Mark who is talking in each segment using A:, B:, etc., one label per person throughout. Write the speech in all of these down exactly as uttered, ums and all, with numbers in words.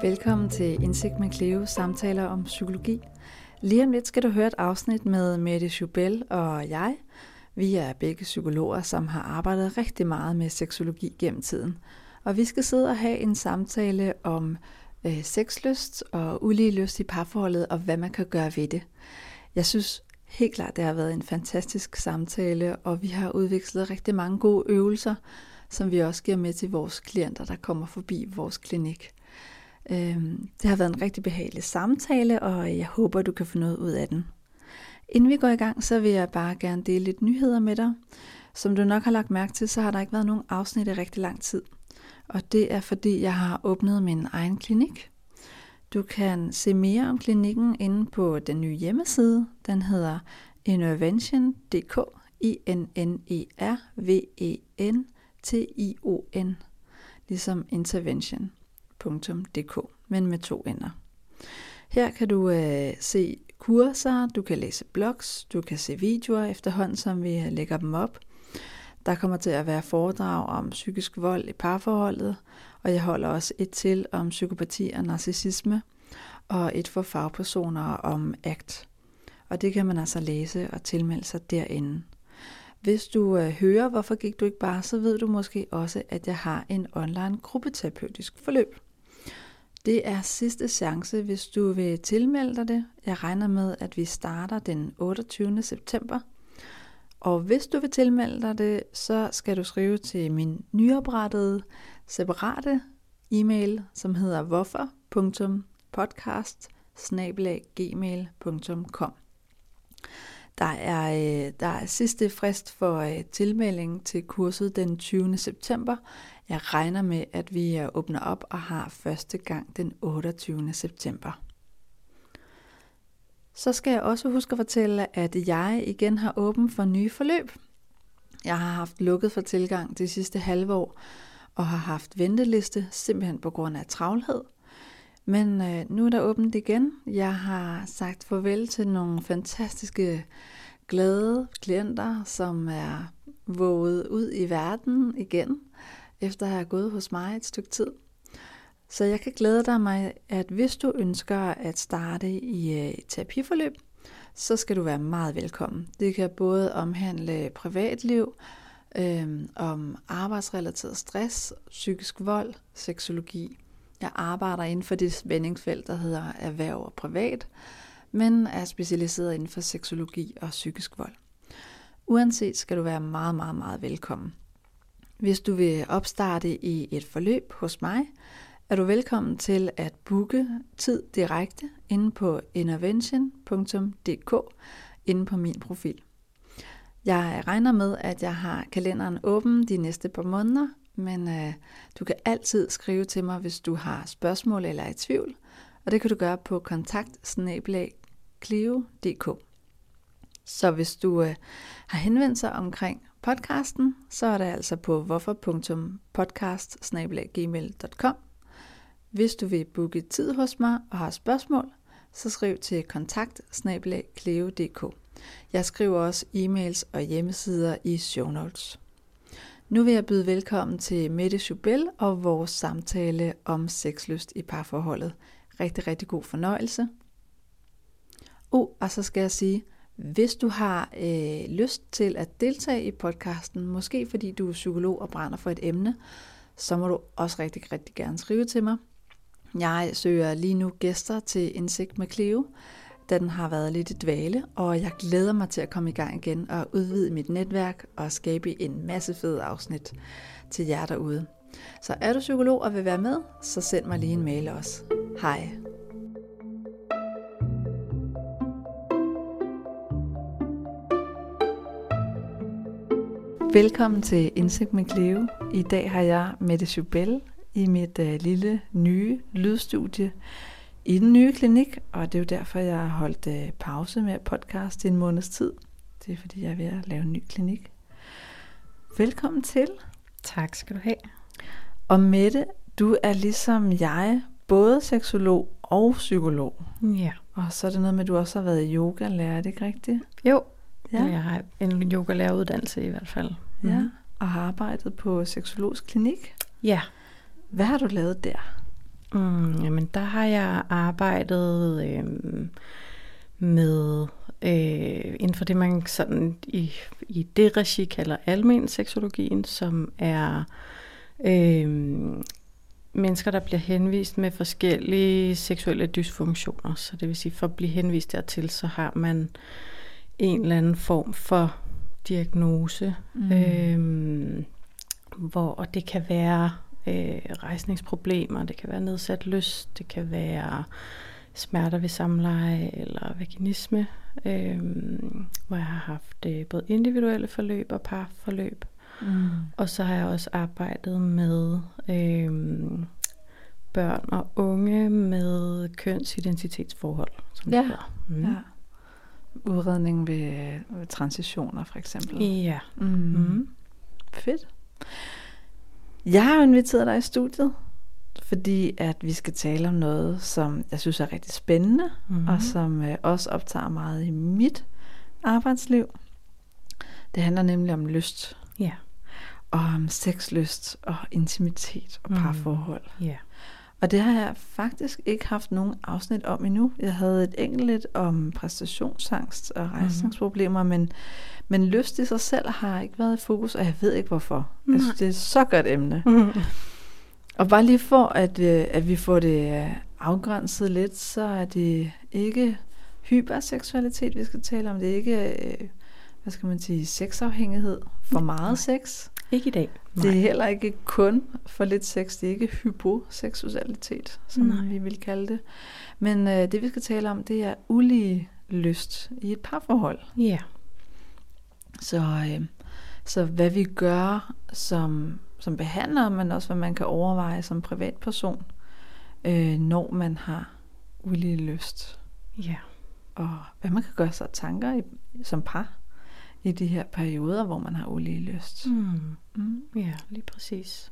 A: Velkommen til Indsigt med Cleo, samtaler om psykologi. Lige om lidt skal du høre et afsnit med Mette Schubel og jeg. Vi er begge psykologer, som har arbejdet rigtig meget med seksologi gennem tiden. Og vi skal sidde og have en samtale om øh, sexlyst og ulige lyst i parforholdet, og hvad man kan gøre ved det. Jeg synes helt klart, det har været en fantastisk samtale, og vi har udvekslet rigtig mange gode øvelser, som vi også giver med til vores klienter, der kommer forbi vores klinik. Det har været en rigtig behagelig samtale, og jeg håber, du kan få noget ud af den. Inden vi går i gang, så vil jeg bare gerne dele lidt nyheder med dig. Som du nok har lagt mærke til, så har der ikke været nogen afsnit i rigtig lang tid. Og det er fordi, jeg har åbnet min egen klinik. Du kan se mere om klinikken inde på den nye hjemmeside. Den hedder innervention punktum d k, I N N E R V E N T I O N, ligesom intervention punktum d k, men med to ender. Her kan du øh, se kurser, du kan læse blogs, du kan se videoer efterhånden, som vi lægger dem op. Der kommer til at være foredrag om psykisk vold i parforholdet, og jeg holder også et til om psykopati og narcissisme, og et for fagpersoner om A C T. Og det kan man altså læse og tilmelde sig derinde. Hvis du øh, hører, hvorfor gik du ikke bare, så ved du måske også, at jeg har en online gruppeterapeutisk forløb. Det er sidste chance, hvis du vil tilmelde dig det. Jeg regner med, at vi starter den otteogtyvende september. Og hvis du vil tilmelde dig det, så skal du skrive til min nyoprettede, separate e-mail, som hedder hvorfor punktum podcast bindestreg gmail punktum com. Der er, der er sidste frist for tilmelding til kurset den tyvende september. Jeg regner med, at vi åbner op og har første gang den otteogtyvende september. Så skal jeg også huske at fortælle, at jeg igen har åbent for nye forløb. Jeg har haft lukket for tilgang de sidste halve år, og har haft venteliste simpelthen på grund af travlhed. Men øh, nu er der åbent igen. Jeg har sagt farvel til nogle fantastiske, glade klienter, som er våget ud i verden igen, efter at have gået hos mig et stykke tid. Så jeg kan glæde dig mig, at hvis du ønsker at starte i et terapiforløb, så skal du være meget velkommen. Det kan både omhandle privatliv, øh, om arbejdsrelateret stress, psykisk vold, seksologi. Jeg arbejder inden for det spændingsfelt, der hedder erhverv og privat, men er specialiseret inden for seksologi og psykisk vold. Uanset skal du være meget, meget, meget velkommen. Hvis du vil opstarte i et forløb hos mig, er du velkommen til at booke tid direkte inde på innervention punktum d k inde på min profil. Jeg regner med, at jeg har kalenderen åben de næste par måneder, men øh, du kan altid skrive til mig, hvis du har spørgsmål eller er i tvivl, og det kan du gøre på kontakt bindestreg cleo punktum d k. Så hvis du øh, har henvendt sig omkring podcasten, så er det altså på hvorfor punktum podcast bindestreg gmail punktum com. Hvis du vil booke tid hos mig og har spørgsmål, så skriv til kontakt bindestreg cleo punktum d k. Jeg skriver også e-mails og hjemmesider i show notes. Nu vil jeg byde velkommen til Mette Schubel og vores samtale om sexlyst i parforholdet. Rigtig, rigtig god fornøjelse. Oh, og så skal jeg sige, hvis du har øh, lyst til at deltage i podcasten, måske fordi du er psykolog og brænder for et emne, så må du også rigtig, rigtig gerne skrive til mig. Jeg søger lige nu gæster til Indsigt med Cleo, da den har været lidt i dvale, og jeg glæder mig til at komme i gang igen og udvide mit netværk og skabe en masse fede afsnit til jer derude. Så er du psykolog og vil være med, så send mig lige en mail også. Hej. Velkommen til Indsigt med Cleo. I dag har jeg Mette Schubel i mit uh, lille nye lydstudie i den nye klinik, og det er jo derfor, jeg har holdt uh, pause med podcast i en måneds tid. Det er fordi, jeg er ved at lave en ny klinik. Velkommen til.
B: Tak skal du have.
A: Og Mette, du er ligesom jeg, både seksolog og psykolog.
B: Ja.
A: Og så er det noget med, at du også har været yogalærer, er det ikke rigtigt?
B: Jo,
A: ja.
B: Jeg har en yogalæreruddannelse i hvert fald. Mm.
A: Ja, og har arbejdet på seksologisk klinik.
B: Ja.
A: Hvad har du lavet der?
B: Mm, jamen, der har jeg arbejdet øh, med øh, inden for det, man sådan i, i det regi kalder almen seksologien, som er øh, mennesker, der bliver henvist med forskellige seksuelle dysfunktioner. Så det vil sige, for at blive henvist dertil, så har man en eller anden form for diagnose, mm. øh, hvor det kan være øh, rejsningsproblemer, det kan være nedsat lyst, det kan være smerter ved samleje eller vaginisme, øh, hvor jeg har haft øh, både individuelle forløb og parforløb. Mm. Og så har jeg også arbejdet med øh, børn og unge med kønsidentitetsforhold. Som
A: ja.
B: Det mm.
A: ja. Udredning ved, ved transitioner for eksempel.
B: Ja.
A: Mm.
B: Mm.
A: Fedt. Jeg har inviteret dig i studiet, fordi at vi skal tale om noget, som jeg synes er rigtig spændende, mm. og som øh, også optager meget i mit arbejdsliv. Det handler nemlig om lyst.
B: Ja.
A: Og om sexlyst og intimitet og parforhold.
B: Mm. Ja.
A: Og det har jeg faktisk ikke haft nogen afsnit om endnu. Jeg havde et enkelt om præstationsangst og rejsningsproblemer, mm. men, men lyst i sig selv har ikke været i fokus, og jeg ved ikke hvorfor. Mm. Jeg synes, det er et så godt emne. Mm. Og bare lige for, at, at vi får det afgrænset lidt, så er det ikke hyperseksualitet, vi skal tale om. Det er ikke, hvad skal man sige, sexafhængighed, for meget sex.
B: Ikke i dag. Nej.
A: Det er heller ikke kun for lidt sex. Det er ikke hyposeksualitet, som Nej. vi vil kalde det. Men øh, det vi skal tale om, det er ulige lyst i et parforhold.
B: Ja. Yeah.
A: Så, øh, så hvad vi gør som, som behandler, men også hvad man kan overveje som privatperson, øh, når man har ulige lyst.
B: Ja. Yeah.
A: Og hvad man kan gøre sig tanker i, som par. I de her perioder, hvor man har ulige lyst.
B: Mm. Mm. Ja, lige præcis.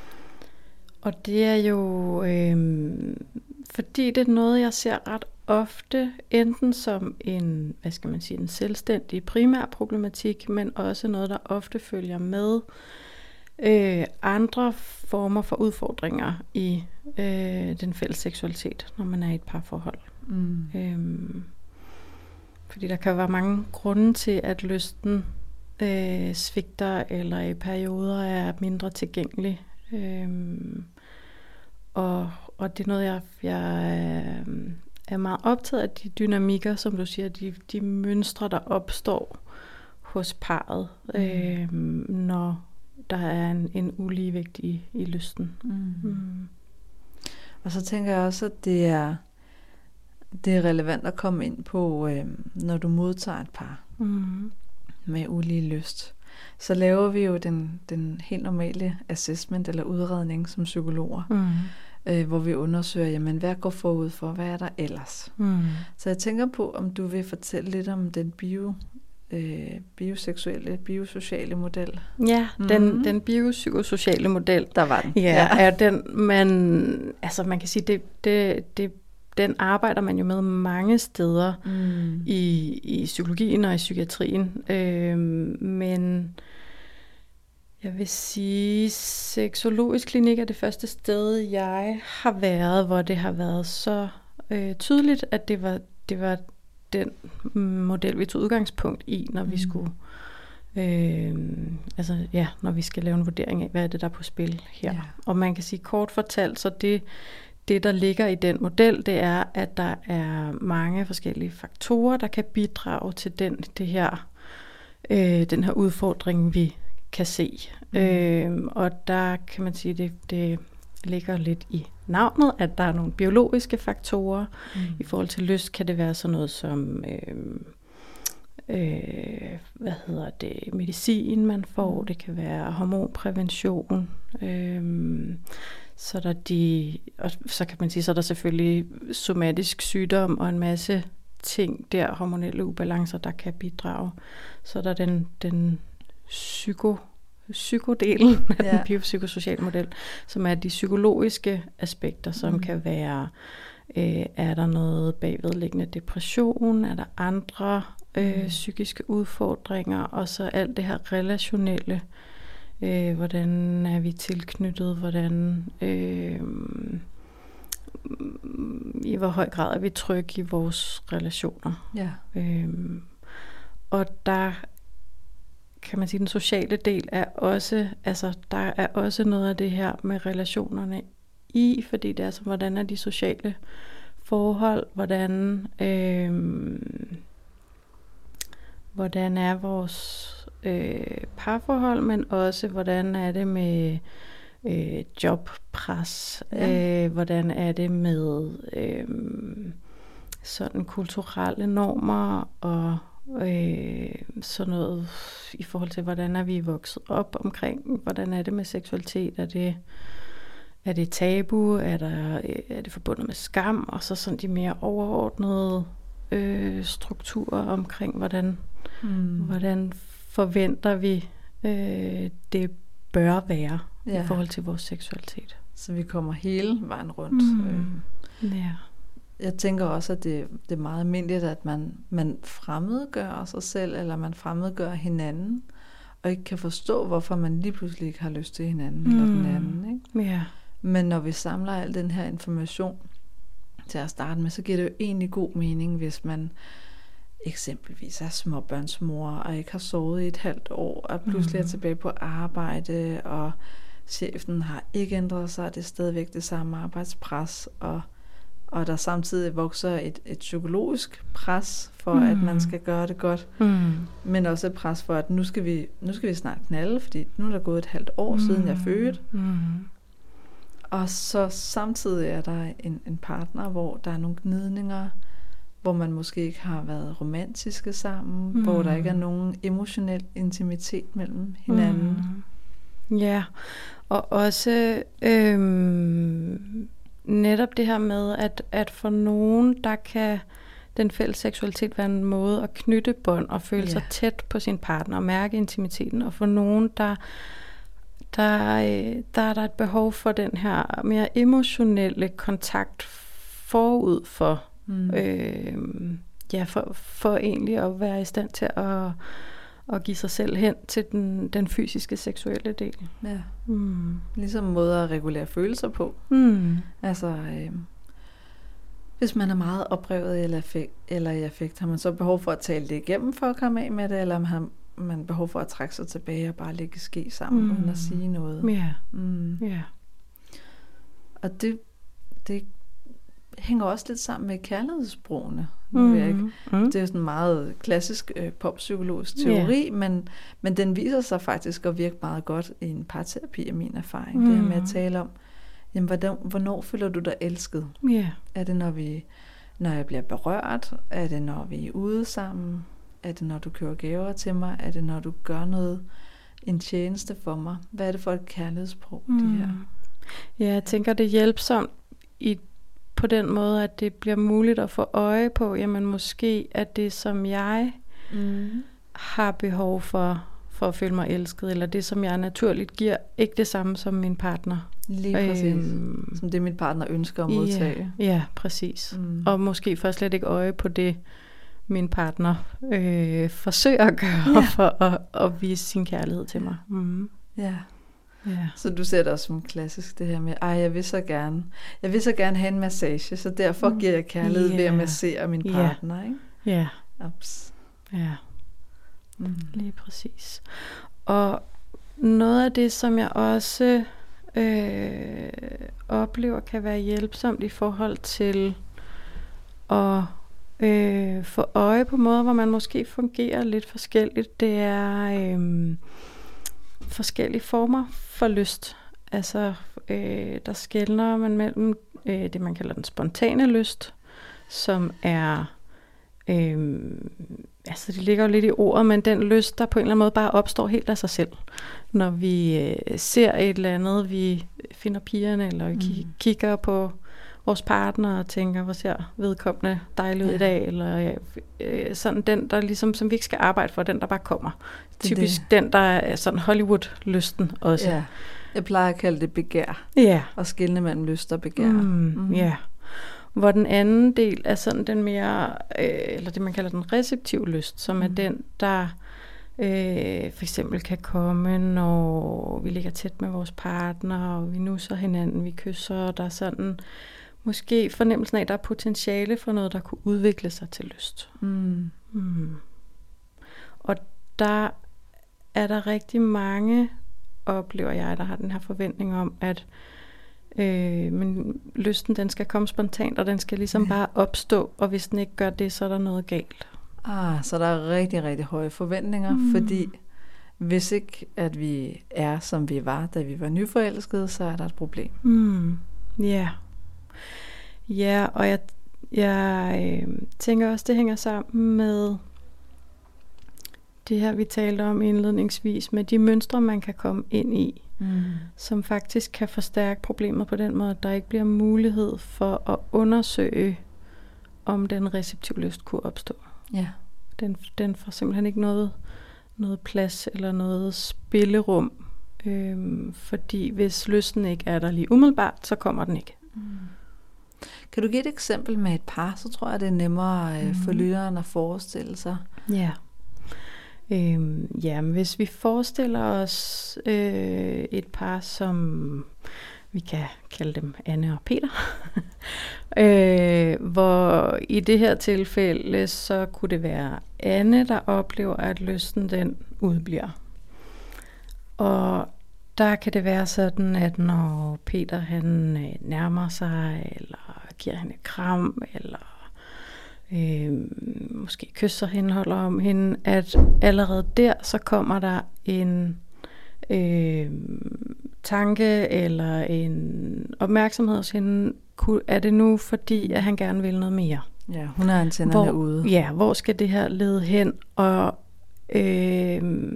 B: Og det er jo, øhm, fordi det er noget, jeg ser ret ofte, enten som en, hvad skal man sige, en selvstændig primær problematik, men også noget, der ofte følger med øh, andre former for udfordringer i øh, den fælles seksualitet, når man er i et parforhold. Mm. Øhm, Fordi der kan være mange grunde til, at lysten øh, svigter, eller i perioder er mindre tilgængelig. Øhm, og, og det er noget, jeg, jeg er meget optaget af, de dynamikker, som du siger, de, de mønstre, der opstår hos parret, mm. øh, når der er en, en uligevægt i, i lysten. Mm. Mm.
A: Og så tænker jeg også, at det er Det er relevant at komme ind på, øh, når du modtager et par mm. med ulige lyst. Så laver vi jo den, den helt normale assessment eller udredning som psykologer, mm. øh, hvor vi undersøger, jamen, hvad går forud for, hvad er der ellers? Mm. Så jeg tænker på, om du vil fortælle lidt om den bio, øh, bioseksuelle, biosociale model.
B: Ja, mm. den, den biopsykosociale model.
A: Der var den.
B: Ja, ja. Er den, man, altså man kan sige, det, det, det den arbejder man jo med mange steder mm. i, i psykologien og i psykiatrien. Øhm, men jeg vil sige, seksologisk klinik er det første sted, jeg har været, hvor det har været så øh, tydeligt, at det var, det var den model, vi tog udgangspunkt i, når mm. vi skulle, øh, altså ja, når vi skal lave en vurdering af, hvad er det, der er på spil her. Yeah. Og man kan sige kort fortalt, så det Det, der ligger i den model, det er, at der er mange forskellige faktorer, der kan bidrage til den, det her, øh, den her udfordring, vi kan se. Mm. Øh, og der kan man sige, det, det ligger lidt i navnet, at der er nogle biologiske faktorer. Mm. I forhold til lyst kan det være sådan noget som øh, øh, hvad hedder det, medicin, man får. Mm. Det kan være hormonprævention. Øh, Så der de, og så kan man sige, så er der selvfølgelig somatisk sygdom og en masse ting der, hormonelle ubalancer, der kan bidrage. Så er der den, den psyko, psykodelen af ja. den biopsykosociale model, som er de psykologiske aspekter, som mm. kan være, øh, er der noget bagvedliggende depression, er der andre øh, mm. psykiske udfordringer, og så alt det her relationelle. Øh, hvordan er vi tilknyttet, hvordan, øh, i hvor høj grad er vi trygge i vores relationer.
A: Ja.
B: Øhm, og der kan man sige, den sociale del er også, altså der er også noget af det her med relationerne i, fordi det er så, hvordan er de sociale forhold, hvordan, øhm, hvordan er vores øh, parforhold, men også hvordan er det med øh, jobpres, ja. øh, hvordan er det med øh, sådan kulturelle normer og øh, sådan noget i forhold til, hvordan er vi vokset op omkring, hvordan er det med seksualitet, er det er det tabu, er, der, er det forbundet med skam, og så sådan de mere overordnede øh, strukturer omkring, hvordan, mm. hvordan forventer vi, øh, det bør være ja. i forhold til vores seksualitet.
A: Så vi kommer hele vejen rundt.
B: Mm. Ja.
A: Jeg tænker også, at det, det er meget almindeligt, at man, man fremmedgør sig selv, eller man fremmedgør hinanden, og ikke kan forstå, hvorfor man lige pludselig ikke har lyst til hinanden, mm. eller den anden. Ikke?
B: Ja.
A: Men når vi samler al den her information til at starte med, så giver det jo egentlig god mening, hvis man eksempelvis er småbørnsmor, og ikke har sovet i et halvt år, og pludselig mm. er tilbage på arbejde, og chefen har ikke ændret sig, det er stadigvæk det samme arbejdspres, og, og der samtidig vokser et, et psykologisk pres for, mm. at man skal gøre det godt, mm. men også et pres for, at nu skal vi, nu skal vi snart knalde, fordi nu er der gået et halvt år mm. siden jeg fødte. Mm. Og så samtidig er der en, en partner, hvor der er nogle gnidninger, hvor man måske ikke har været romantiske sammen, mm. hvor der ikke er nogen emotionel intimitet mellem hinanden.
B: Mm. Ja, og også øhm, netop det her med, at, at for nogen, der kan den fælles seksualitet være en måde at knytte bånd og føle ja. sig tæt på sin partner og mærke intimiteten. Og for nogen, der Der, der er der et behov for den her mere emotionelle kontakt forud for, mm. øh, ja, for, for egentlig at være i stand til at, at give sig selv hen til den, den fysiske seksuelle del.
A: Ja.
B: Mm.
A: Ligesom måder at regulere følelser på.
B: Mm.
A: Altså, øh, hvis man er meget oprevet eller, affekt, eller i affekt, har man så behov for at tale det igennem for at komme af med det, eller har man behov for at trække sig tilbage og bare ligge ske sammen, mm. uden at sige noget.
B: Ja.
A: Mm.
B: Yeah.
A: Og det, det hænger også lidt sammen med kærlighedssprogene.
B: Mm.
A: Ikke?
B: Mm.
A: Det er sådan en meget klassisk øh, poppsykologisk teori, yeah. men, men den viser sig faktisk at virke meget godt i en parterapi, af min erfaring. Mm. Det her med at tale om, jamen, hvordan, hvornår føler du dig elsket?
B: Yeah.
A: Er det, når, vi, når jeg bliver berørt? Er det, når vi er ude sammen? Er det, når du køber gaver til mig? Er det, når du gør noget, en tjeneste for mig? Hvad er det for et kærlighedssprog, mm. det her?
B: Ja, jeg tænker, det er hjælpsomt i, på den måde, at det bliver muligt at få øje på, jamen måske er det, som jeg mm. har behov for, for at føle mig elsket, eller det, som jeg naturligt giver, ikke det samme som min partner.
A: Lige præcis. Øhm, som det, min partner ønsker at modtage.
B: Ja, ja præcis. Mm. Og måske først slet ikke øje på det, min partner øh, forsøger at gøre ja. for at, at vise sin kærlighed til mig. Mm.
A: Ja.
B: ja.
A: Så du ser det også som klassisk, det her med, ej, jeg vil så gerne, jeg vil så gerne have en massage, så derfor giver jeg kærlighed yeah. ved at massere min partner,
B: yeah.
A: ikke?
B: Ja.
A: Ups.
B: Ja. Mm. Lige præcis. Og noget af det, som jeg også øh, oplever, kan være hjælpsomt i forhold til at Øh, få øje på måder, hvor man måske fungerer lidt forskelligt. Det er øh, forskellige former for lyst. Altså, øh, der skelner man mellem øh, det, man kalder den spontane lyst, som er, øh, altså det ligger jo lidt i ordet, men den lyst, der på en eller anden måde bare opstår helt af sig selv. Når vi øh, ser et eller andet, vi finder pigerne, eller vi mm. kigger på vores partner og tænker, hvor ser vedkommende dejlig ud ja. i dag, eller øh, sådan den, der ligesom, som vi ikke skal arbejde for, den der bare kommer. Det Typisk det. den, der er sådan Hollywood-lysten også.
A: Ja. Jeg plejer at kalde det begær.
B: Ja.
A: Og skelne mellem lyst og begær.
B: Mm, mm. Ja. Hvor den anden del er sådan den mere, øh, eller det man kalder den receptive lyst, som mm. er den, der øh, for eksempel kan komme, når vi ligger tæt med vores partner, og vi nusser hinanden, vi kysser, og der er sådan måske fornemmelsen af, at der er potentiale for noget, der kunne udvikle sig til lyst.
A: Mm.
B: Mm. Og der er der rigtig mange, oplever jeg, der har den her forventning om, at øh, men lysten, den skal komme spontant, og den skal ligesom ja. bare opstå, og hvis den ikke gør det, så er der noget galt.
A: Ah, så der er rigtig, rigtig høje forventninger, mm. fordi hvis ikke, at vi er, som vi var, da vi var nyforelskede, så er der et problem.
B: Mm. Ja. Ja, og jeg, jeg øh, tænker også, det hænger sammen med det her, vi talte om indledningsvis, med de mønstre, man kan komme ind i, mm. som faktisk kan forstærke problemet på den måde, at der ikke bliver mulighed for at undersøge, om den receptive lyst kunne opstå.
A: Ja.
B: Den, den får simpelthen ikke noget, noget plads eller noget spillerum, øhm, fordi hvis lysten ikke er der lige umiddelbart, så kommer den ikke. Mm.
A: Kan du give et eksempel med et par, så tror jeg, det er nemmere mm. for lytteren at forestille sig.
B: Ja. Øhm, ja, men hvis vi forestiller os øh, et par, som vi kan kalde dem Anne og Peter, øh, hvor i det her tilfælde, så kunne det være Anne, der oplever, at lysten den udbliver. Og der kan det være sådan, at når Peter han øh, nærmer sig, eller giver hende et kram, eller Øh, måske kysser hende, holder om hende, at allerede der, så kommer der en øh, tanke eller en opmærksomhed hos hende. Er det nu, fordi at han gerne vil noget mere?
A: Ja, hun er antennerne ude.
B: Ja, hvor skal det her lede hen? Og øh,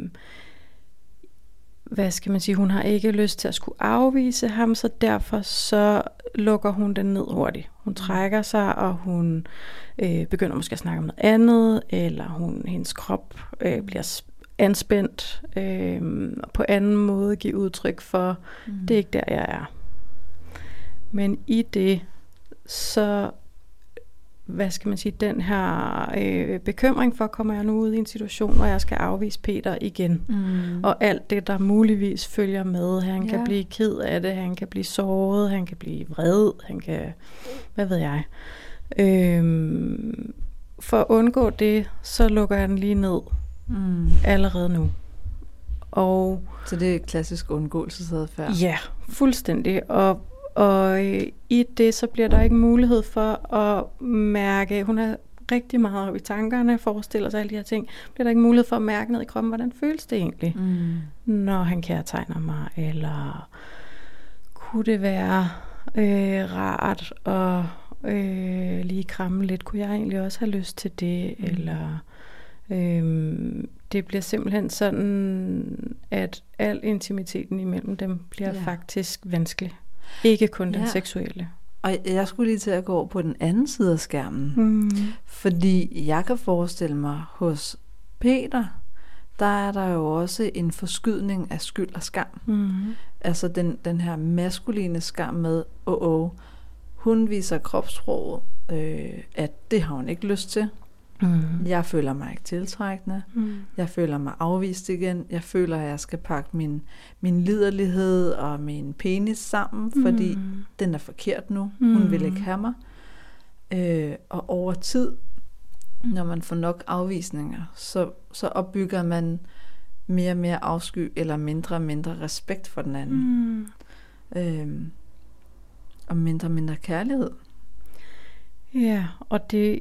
B: hvad skal man sige, hun har ikke lyst til at skulle afvise ham, så derfor så lukker hun den ned hurtigt. Hun trækker sig, og hun øh, begynder måske at snakke om noget andet, eller hun, hendes krop øh, bliver anspændt, øh, og på anden måde give udtryk for, mm. det er ikke der, jeg er. Men i det, så hvad skal man sige, den her øh, bekymring for, kommer jeg nu ud i en situation, hvor jeg skal afvise Peter igen. Mm. Og alt det, der muligvis følger med. Han ja. kan blive ked af det, han kan blive såret, han kan blive vred, han kan, hvad ved jeg. Øhm, for at undgå det, så lukker jeg den lige ned. Mm. Allerede nu. Og,
A: så det er klassisk undgåelsesadfærd?
B: Ja, fuldstændig. Og Og øh, i det, så bliver der ikke mulighed for at mærke, hun er rigtig meget oppe i tankerne, forestiller sig alle de her ting, bliver der ikke mulighed for at mærke ned i kroppen, hvordan føles det egentlig, mm. når han kærtegner mig, eller kunne det være øh, rart at øh, lige kramme lidt, kunne jeg egentlig også have lyst til det, mm. eller øh, det bliver simpelthen sådan, at al intimiteten imellem dem bliver ja. faktisk vanskelig. Ikke kun ja. den seksuelle.
A: Og jeg skulle lige til at gå over på den anden side af skærmen. Mm. Fordi jeg kan forestille mig, hos Peter, der er der jo også en forskydning af skyld og skam. Mm. Altså den, den her maskuline skam med, åh, oh, oh, hun viser kropssproget, øh, at det har hun ikke lyst til. Mm. Jeg føler mig ikke tiltrækkende. Mm. Jeg føler mig afvist igen. Jeg føler, at jeg skal pakke min, min liderlighed og min penis sammen, mm. fordi den er forkert nu. Mm. Hun vil ikke have mig. Øh, og over tid, når man får nok afvisninger, så, så opbygger man mere og mere afsky eller mindre og mindre respekt for den anden. Mm. Øh, og mindre og mindre kærlighed.
B: Ja, og det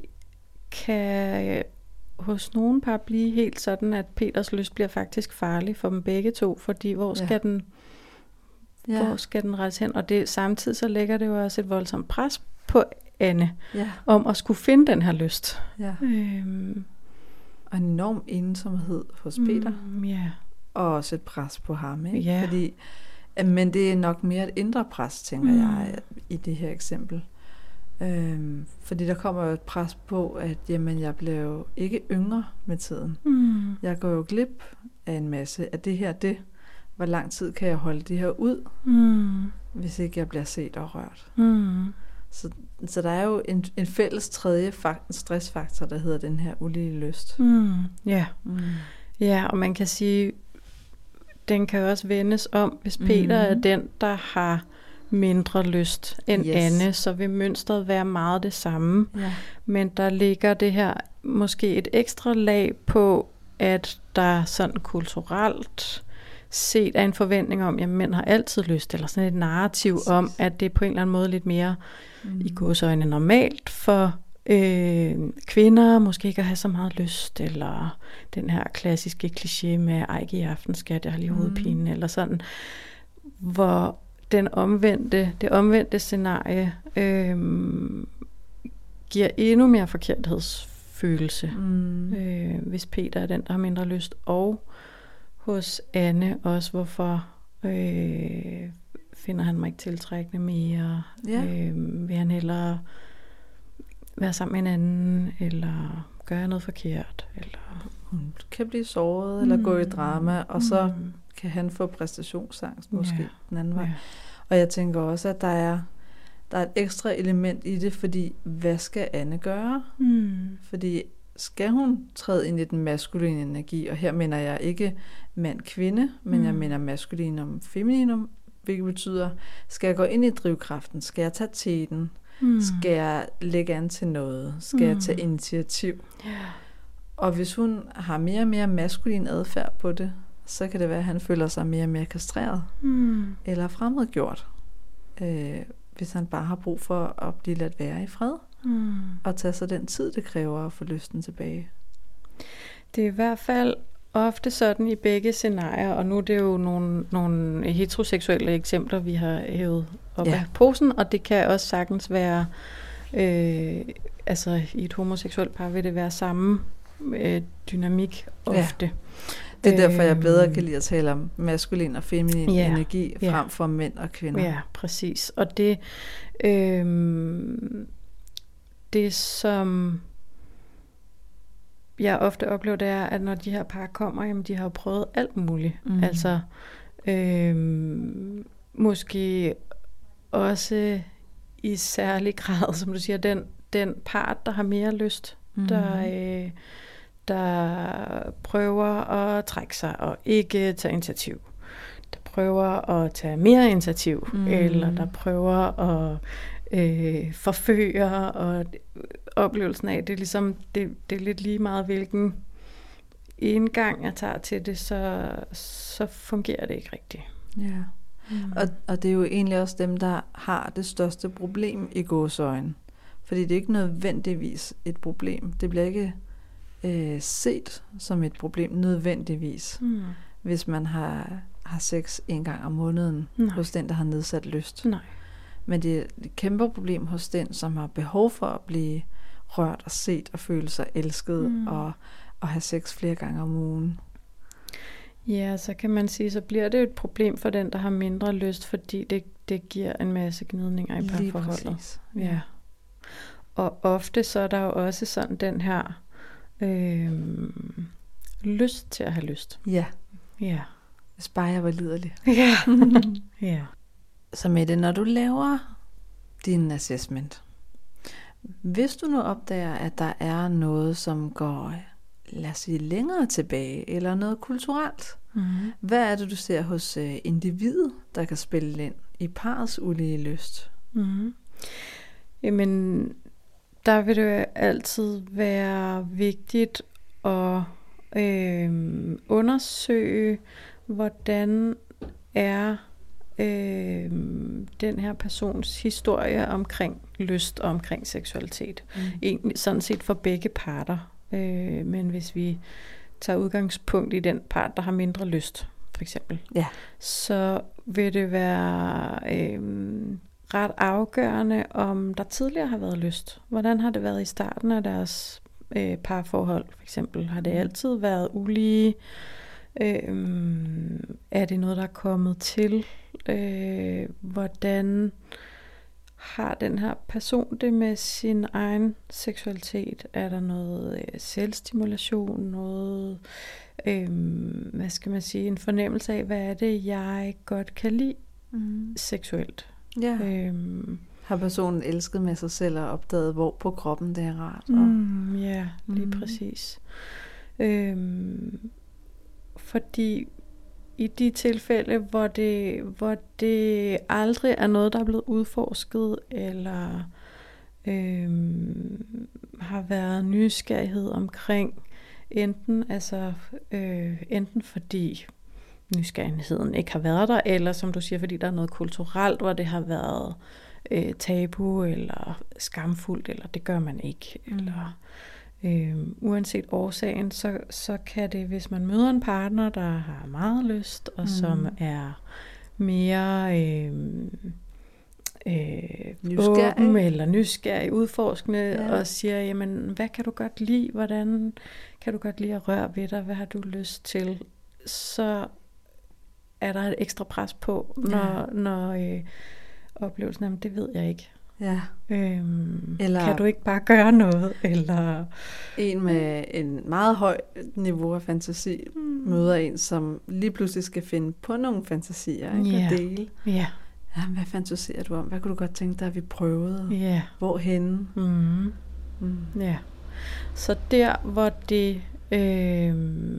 B: kan hos nogen par blive helt sådan, at Peters lyst bliver faktisk farlig for dem begge to, fordi hvor skal ja. den ja. hvor skal den rejse hen? Og det samtidig så lægger det jo også et voldsomt pres på Anne, ja. om at skulle finde den her lyst. Ja. Øhm.
A: Og en enorm ensomhed hos Peter.
B: Mm, yeah.
A: Og også et pres på ham, ikke?
B: Yeah.
A: Fordi, men det er nok mere et indre pres, tænker mm. jeg, i det her eksempel. Øhm, fordi der kommer jo et pres på, at jamen, jeg bliver jo ikke yngre med tiden. Mm. Jeg går jo glip af en masse af det her, det. Hvor lang tid kan jeg holde det her ud, mm. hvis ikke jeg bliver set og rørt. Mm. Så, så der er jo en, en fælles tredje fakt, stressfaktor, der hedder den her ulige lyst.
B: Mm. Ja. Mm. Ja, og man kan sige, den kan også vendes om, hvis Peter mm. er den, der har mindre lyst end
A: Yes.
B: Anne, så vil mønstret være meget det samme.
A: Ja.
B: Men der ligger det her måske et ekstra lag på, at der sådan kulturelt set er en forventning om, at mænd har altid lyst, eller sådan et narrativ
A: Præcis.
B: om, at det er på en eller anden måde lidt mere
A: Mm.
B: i gåseøjne normalt for øh, kvinder, måske ikke at have så meget lyst, eller den her klassiske kliché med, ej, i aften skat, jeg har lige hovedpine, mm. eller sådan, hvor den omvendte, det omvendte scenarie øh, giver endnu mere forkerthedsfølelse, mm. øh, hvis Peter er den, der har mindre lyst, og hos Anne også, hvorfor øh, finder han mig ikke tiltrækkende mere,
A: Ja.
B: øh, vil han hellere være sammen med en anden, eller gøre noget forkert, eller
A: Hun kan blive såret, eller mm. gå i drama, og så
B: mm.
A: kan han få præstationsangst, måske
B: Ja.
A: den anden vej.
B: Ja.
A: Og jeg tænker også, at der er, der er et ekstra element i det, fordi hvad skal Anne gøre?
B: Mm.
A: Fordi skal hun træde ind i den maskuline energi, og her mener jeg ikke mand-kvinde, men mm. jeg mener maskulinum femininum, hvilket betyder, skal jeg gå ind i drivkraften? Skal jeg tage teten? Mm. Skal jeg lægge an til noget? Skal mm. jeg tage initiativ?
B: Yeah.
A: Og hvis hun har mere og mere maskulin adfærd på det, så kan det være, at han føler sig mere og mere kastreret, mm. eller fremmedgjort, øh, hvis han bare har brug for at blive ladt være i fred, mm. og tage sig den tid, det kræver at få lysten tilbage.
B: Det er i hvert fald ofte sådan i begge scenarier, og nu er det jo nogle, nogle heteroseksuelle eksempler, vi har hævet op ja. af posen, og det kan også sagtens være, øh, altså i et homoseksuelt par vil det være samme øh, dynamik ofte. Ja.
A: Det er derfor, jeg bedre kan lide at tale om maskulin og feminin
B: ja,
A: energi, frem
B: ja.
A: for mænd og kvinder.
B: Ja, præcis. Og det, øh, det som jeg ofte oplever, det er, at når de her par kommer, jamen de har prøvet alt muligt. Mm. Altså, øh, måske også i særlig grad, som du siger, den, den part, der har mere lyst, mm. der, øh, der prøver at trække sig og ikke tage initiativ. Der prøver at tage mere initiativ, mm. eller der prøver at øh, forføre, og oplevelsen af, det er ligesom, det, det er lidt lige meget, hvilken indgang jeg tager til det, så, så fungerer det ikke rigtigt.
A: Ja. Mm. Og, og det er jo egentlig også dem, der har det største problem i gåseøjne. Fordi det er ikke nødvendigvis et problem. Det bliver ikke øh, set som et problem nødvendigvis, mm. hvis man har, har sex en gang om måneden Nej. hos den, der har nedsat lyst.
B: Nej.
A: Men det er et kæmpe problem hos den, som har behov for at blive rørt og set og føle sig elsket mm. og, og have sex flere gange om ugen.
B: Ja, så kan man sige, så bliver det et problem for den, der har mindre lyst, fordi det, det giver en masse gnidninger i parforholdet.
A: Ja.
B: Ja. Og ofte så er der jo også sådan den her øh, lyst til at have lyst.
A: Ja.
B: Ja.
A: Hvis bare jeg var liderlig.
B: Ja. Ja.
A: Så Mette, når du laver din assessment, hvis du nu opdager, at der er noget, som går, lad os sige, længere tilbage, eller noget kulturelt, mm-hmm. hvad er det, du ser hos uh, individet, der kan spille ind i parrets ulige lyst?
B: Mm-hmm. Jamen, der vil det jo altid være vigtigt at øh, undersøge, hvordan er øh, den her persons historie omkring lyst og omkring seksualitet. Mm. Egentlig sådan set for begge parter. Øh, men hvis vi tager udgangspunkt i den part, der har mindre lyst, for eksempel,
A: ja.
B: så vil det være øh, ret afgørende, om der tidligere har været lyst. Hvordan har det været i starten af deres øh, parforhold, for eksempel? Har det altid været ulige? Øh, er det noget, der er kommet til? Øh, hvordan har den her person det med sin egen seksualitet? Er der noget øh, selvstimulation, noget, øh, hvad skal man sige, en fornemmelse af, hvad er det, jeg godt kan lide mm. seksuelt?
A: Ja.
B: Øhm,
A: har personen elsket med sig selv og opdaget, hvor på kroppen det er rart? Og...
B: Mm, ja, lige mm. præcis. Øhm, fordi i de tilfælde, hvor det, hvor det aldrig er noget, der er blevet udforsket, eller øhm, har været nysgerrighed omkring, enten, altså, øh, enten fordi nysgerrigheden ikke har været der, eller som du siger, fordi der er noget kulturelt, hvor det har været øh, tabu, eller skamfuldt, eller det gør man ikke, mm. eller øh, uanset årsagen, så, så kan det, hvis man møder en partner, der har meget lyst, og mm. som er mere øh, øh,
A: nysgerrig.
B: åben, eller nysgerrig, udforskende,
A: ja.
B: og siger, jamen, hvad kan du godt lide, hvordan kan du godt lide at røre ved dig, hvad har du lyst til, så er der et ekstra pres på, når, ja. når øh, oplevelsen, jamen, det ved jeg ikke.
A: Ja.
B: Øhm,
A: eller
B: kan du ikke bare gøre noget? Eller
A: en med en meget høj niveau af fantasi mm. møder en, som lige pludselig skal finde på nogle fantasier, ikke?
B: Yeah.
A: At dele.
B: Yeah.
A: Ja, hvad fantaserer du om? Hvad kunne du godt tænke dig, at vi prøvede?
B: Yeah.
A: Hvorhenne?
B: Mm.
A: Mm.
B: Ja. Så der, hvor det øh,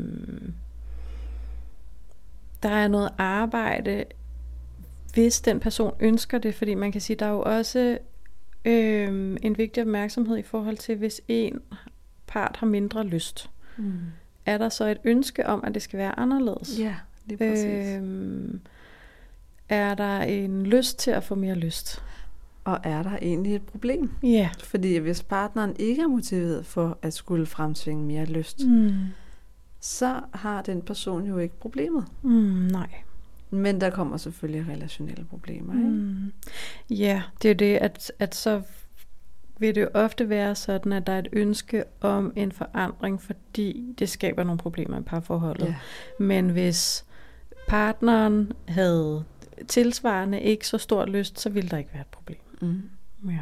B: der er noget arbejde, hvis den person ønsker det, fordi man kan sige, der er jo også øh, en vigtig opmærksomhed i forhold til, hvis en part har mindre lyst. Mm. Er der så et ønske om, at det skal være anderledes?
A: Ja, lige præcis.
B: Øh, er der en lyst til at få mere lyst?
A: Og er der egentlig et problem?
B: Ja.
A: Fordi hvis partneren ikke er motiveret for at skulle fremtvinge mere lyst,
B: mm.
A: så har den person jo ikke problemet.
B: Mm, nej.
A: Men der kommer selvfølgelig relationelle problemer, ikke?
B: Mm. Ja, det er det, at, at så vil det jo ofte være sådan, at der er et ønske om en forandring, fordi det skaber nogle problemer i parforholdet.
A: Ja.
B: Men hvis partneren havde tilsvarende ikke så stor lyst, så ville der ikke være et problem.
A: Mm.
B: Ja.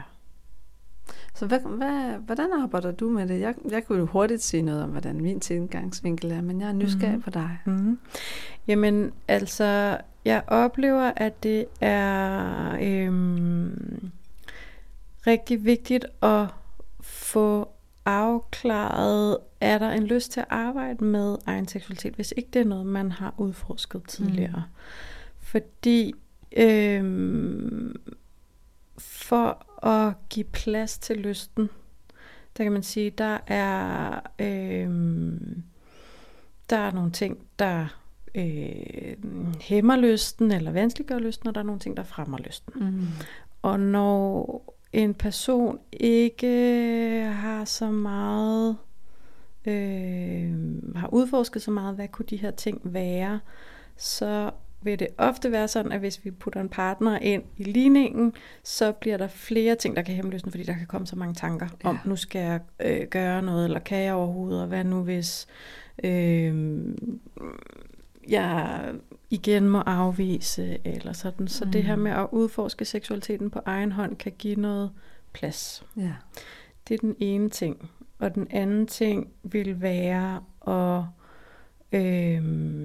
A: Så hvad, hvad, hvordan arbejder du med det? Jeg, jeg kunne jo hurtigt sige noget om, hvordan min tilgangsvinkel er, men jeg er nysgerrig mm. på dig.
B: Mm. Jamen, altså, jeg oplever, at det er øhm, rigtig vigtigt at få afklaret, er der en lyst til at arbejde med egen seksualitet, hvis ikke det er noget, man har udforsket tidligere. Mm. Fordi øhm, for at give plads til lysten, der kan man sige, der er øhm, der er nogle ting, der øh, hæmmer lysten, eller vanskeliggør lysten, og der er nogle ting, der fremmer lysten. Mm. Og når en person ikke har så meget, øh, har udforsket så meget, hvad kunne de her ting være, så vil det ofte være sådan, at hvis vi putter en partner ind i ligningen, så bliver der flere ting, der kan hæmme lysten, fordi der kan komme så mange tanker ja. om, nu skal jeg øh, gøre noget, eller kan jeg overhovedet, og hvad nu hvis øh, jeg igen må afvise, eller sådan. Så mm. det her med at udforske seksualiteten på egen hånd, kan give noget plads.
A: Ja. Det
B: er den ene ting. Og den anden ting vil være at øh,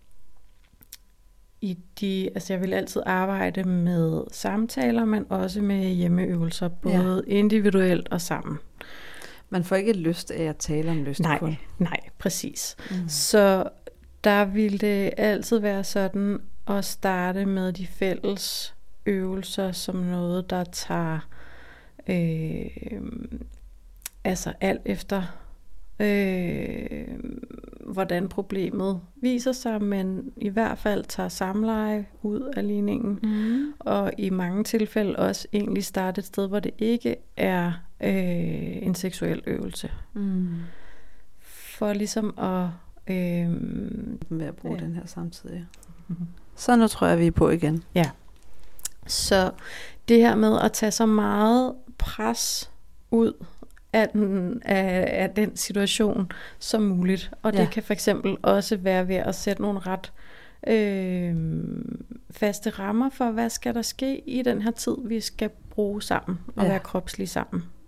B: i de, altså jeg vil altid arbejde med samtaler, men også med hjemmeøvelser, både ja. individuelt og sammen.
A: Man får ikke lyst af at tale om lyst
B: nej,
A: kun.
B: Nej, præcis. Mm. Så der vil det altid være sådan at starte med de fælles øvelser som noget, der tager øh, altså alt efter øh, hvordan problemet viser sig, men i hvert fald tager samleje ud af ligningen, mm. og i mange tilfælde også egentlig starte et sted, hvor det ikke er øh, en seksuel øvelse. Mm. For ligesom at øh,
A: med at bruge
B: ja.
A: den her samtidig. Mm-hmm. Så nu tror jeg, vi er på igen.
B: Ja. Så det her med at tage så meget pres ud af den, af, af den situation som muligt. Og det ja. kan for eksempel også være ved at sætte nogle ret øh, faste rammer for, hvad skal der ske i den her tid, vi skal bruge sammen og ja. være kropslige sammen.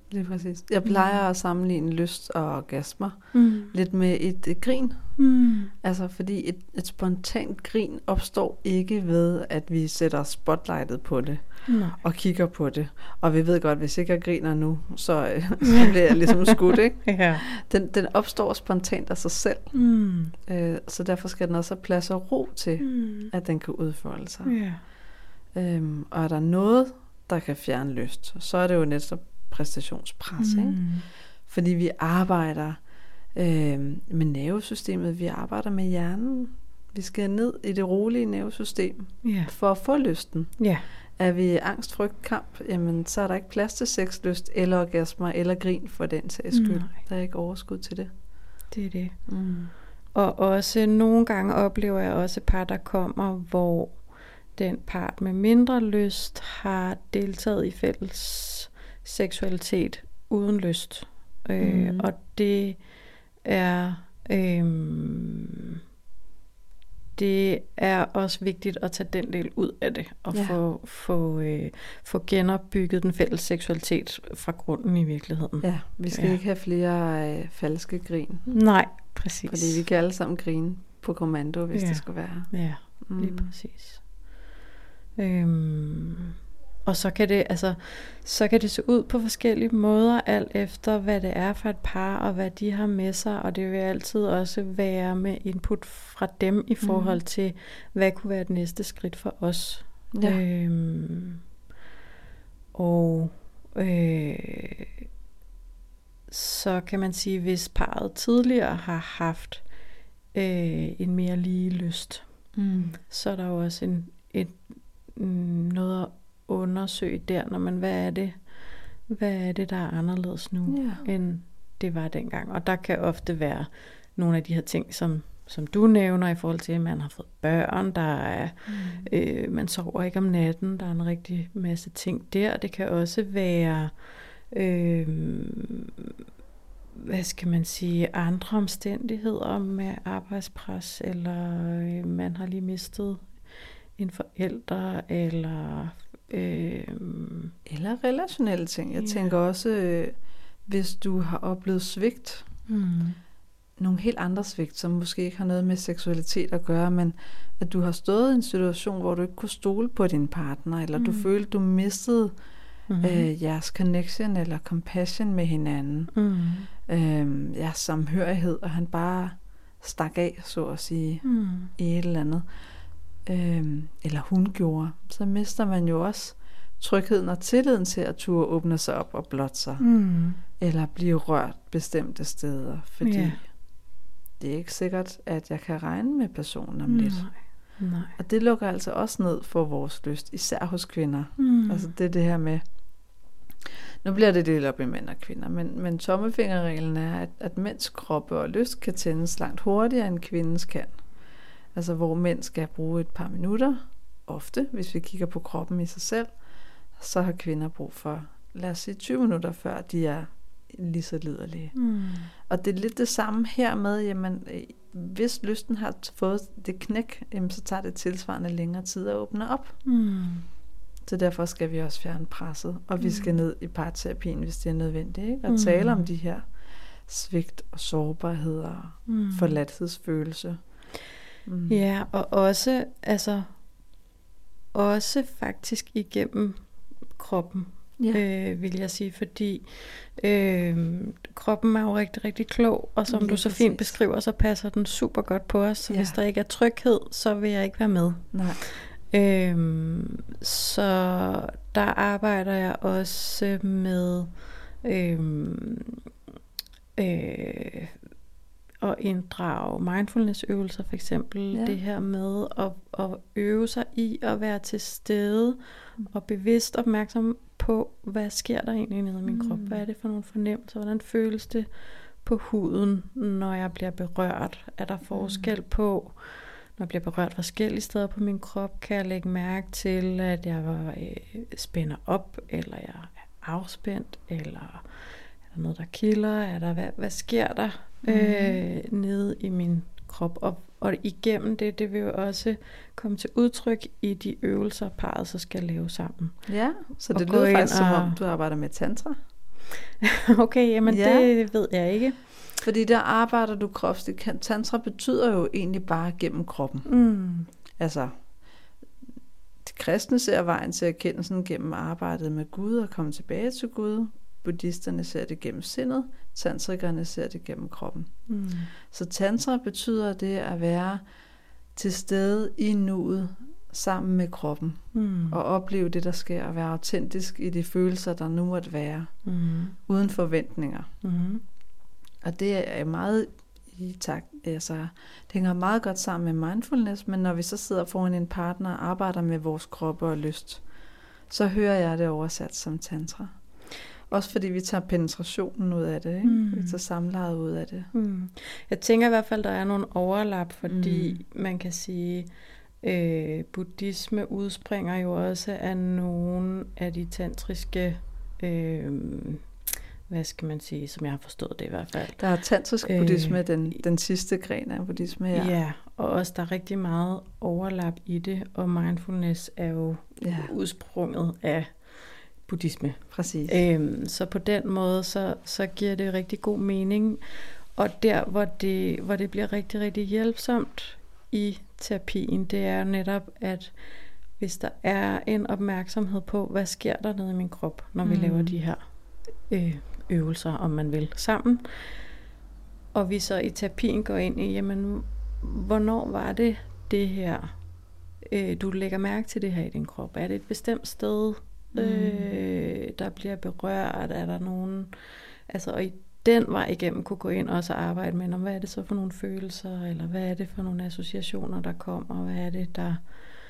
A: lige præcis. Jeg plejer mm. at sammenligne lyst og orgasmer
B: mm.
A: lidt med et, et grin.
B: Mm.
A: Altså fordi et, et spontant grin opstår ikke ved, at vi sætter spotlightet på det
B: Nej.
A: og kigger på det. Og vi ved godt, hvis ikke jeg griner nu, så, så bliver jeg ligesom skudt, ikke?
B: Ja.
A: Den, den opstår spontant af sig selv.
B: Mm.
A: Øh, så derfor skal den også have plads og ro til, mm. at den kan udfolde sig.
B: Yeah.
A: Øhm, og er der noget, der kan fjerne lyst, så er det jo netop præstationspres. Mm. Ikke? Fordi vi arbejder øh, med nervesystemet, vi arbejder med hjernen. Vi skal ned i det rolige nervesystem
B: yeah.
A: for at få lysten.
B: Yeah.
A: Er vi angst, frygt, kamp, jamen så er der ikke plads til sexlyst, eller orgasmer, eller grin for den sags skyld. Nej. Der er ikke overskud til det.
B: Det er det.
A: Mm.
B: Og også nogle gange oplever jeg også par, der kommer, hvor den part med mindre lyst har deltaget i fælles seksualitet uden lyst. Mm. Øh, og det er øhm, det er også vigtigt at tage den del ud af det og ja. få, få, øh, få genopbygget den fælles seksualitet fra grunden i virkeligheden.
A: Ja, vi skal ja. ikke have flere øh, falske grin.
B: Nej, præcis.
A: Fordi vi kan alle sammen grine på kommando, hvis
B: ja.
A: det skulle være.
B: Ja, lige mm. præcis. Øhm, og så kan det altså så kan det se ud på forskellige måder, alt efter hvad det er for et par og hvad de har med sig, og det vil altid også være med input fra dem i forhold mm. til hvad kunne være det næste skridt for os. Ja. Øhm, og øh, så kan man sige, hvis parret tidligere har haft øh, en mere lige lyst, mm. så er der jo også en et noget at undersøge der, når man, hvad er det, hvad er det, der er anderledes nu, ja. end det var dengang. Og der kan ofte være nogle af de her ting, som, som du nævner i forhold til, at man har fået børn, der er, mm. øh, man sover ikke om natten, der er en rigtig masse ting der. Det kan også være, øh, hvad skal man sige, andre omstændigheder med arbejdspres, eller øh, man har lige mistet en forælder, eller øh,
A: eller relationelle ting. Jeg ja. tænker også, øh, hvis du har oplevet svigt, mm. nogle helt andre svigt, som måske ikke har noget med seksualitet at gøre, men at du har stået i en situation, hvor du ikke kunne stole på din partner, eller mm. du følte, du mistede mm. øh, jeres connection, eller compassion med hinanden, mm. øh, jeres samhørighed, og han bare stak af, så at sige, mm. i et eller andet. Øhm, eller hun gjorde, så mister man jo også trygheden og tilliden til at turde åbne sig op og blotte sig, mm. eller blive rørt bestemte steder, fordi yeah. det er ikke sikkert, at jeg kan regne med personen om lidt.
B: Nej. Nej.
A: Og det lukker altså også ned for vores lyst, især hos kvinder. Mm. Altså det er det her med, nu bliver det delt op i mænd og kvinder, men, men tommelfingerreglen er, at, at mænds kroppe og lyst kan tændes langt hurtigere, end kvindens kan. Altså hvor mænd skal bruge et par minutter, ofte, hvis vi kigger på kroppen i sig selv, så har kvinder brug for, lad os sige tyve minutter, før de er lige så liderlige. Mm. Og det er lidt det samme her med, jamen, hvis lysten har fået det knæk, jamen, så tager det tilsvarende længere tid at åbne op. Mm. Så derfor skal vi også fjerne presset, og mm. vi skal ned i parterapien, hvis det er nødvendigt, ikke? Og mm. tale om de her svigt og sårbarhed og mm. forladthedsfølelse. Mm.
B: Ja, og også, altså, også faktisk igennem kroppen, ja. øh, vil jeg sige, fordi øh, kroppen er jo rigtig, rigtig klog, og som ja, du så fint præcis. beskriver, så passer den super godt på os, så ja. hvis der ikke er tryghed, så vil jeg ikke være med.
A: Nej.
B: Øh, så der arbejder jeg også med øh, øh, at inddrage mindfulness-øvelser, for eksempel ja. det her med at, at øve sig i at være til stede mm. og bevidst opmærksom på, hvad sker der egentlig nede i min mm. krop? Hvad er det for nogle fornemmelser? Hvordan føles det på huden, når jeg bliver berørt? Er der forskel på, når jeg bliver berørt forskellige steder på min krop? Kan jeg lægge mærke til, at jeg øh, spænder op, eller jeg er afspændt, eller er der noget, der kilder? Er der, hvad, hvad sker der mm. øh, nede i min krop? Og, og igennem det, det vil jo også komme til udtryk i de øvelser, parret så skal lave sammen.
A: Ja, så det lyder faktisk, som om du arbejder med tantra.
B: Okay, jamen
A: Ja.
B: det ved jeg ikke.
A: Fordi der arbejder du kropsligt. Tantra betyder jo egentlig bare gennem kroppen.
B: Mm.
A: Altså, de kristne ser vejen til erkendelsen gennem arbejdet med Gud og komme tilbage til Gud. Buddhisterne ser det gennem sindet. Tantrikerne ser det gennem kroppen.
B: Mm.
A: Så tantra betyder det at være til stede i nuet sammen med kroppen.
B: Mm.
A: Og opleve det, der sker, og være autentisk i de følelser, der nu måtte være.
B: Mm.
A: Uden forventninger.
B: Mm.
A: Og det er meget i takt, altså det hænger meget godt sammen med mindfulness, men når vi så sidder foran en partner og arbejder med vores kroppe og lyst, så hører jeg det oversat som tantra. Også fordi vi tager penetrationen ud af det, ikke?
B: Mm.
A: Vi tager samlejet ud af det.
B: Mm. Jeg tænker i hvert fald, der er nogle overlap, fordi mm. man kan sige, øh, buddhisme udspringer jo også af nogle af de tantriske, øh, hvad skal man sige, som jeg har forstået det i hvert fald.
A: Der er tantrisk buddhisme, øh, den, den sidste gren af buddhisme her.
B: Ja, og også der er rigtig meget overlap i det, og mindfulness er jo ja. udsprunget af buddhisme.
A: Præcis.
B: Øhm, så på den måde, så, så giver det rigtig god mening. Og der, hvor det, hvor det bliver rigtig, rigtig hjælpsomt i terapien, det er netop, at hvis der er en opmærksomhed på, hvad sker der nede i min krop, når vi mm. laver de her øh, øvelser, om man vil, sammen. Og vi så i terapien går ind i, jamen, hvornår var det det her, øh, du lægger mærke til det her i din krop? Er det et bestemt sted, Mm. Øh, der bliver berørt, er der nogen, altså og i den vej igennem kunne gå ind og så arbejde med, hvad er det så for nogle følelser, eller hvad er det for nogle associationer, der kommer, hvad er det, der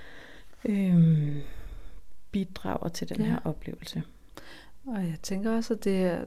B: øh, bidrager til den ja. her oplevelse.
A: Og jeg tænker også, at det er,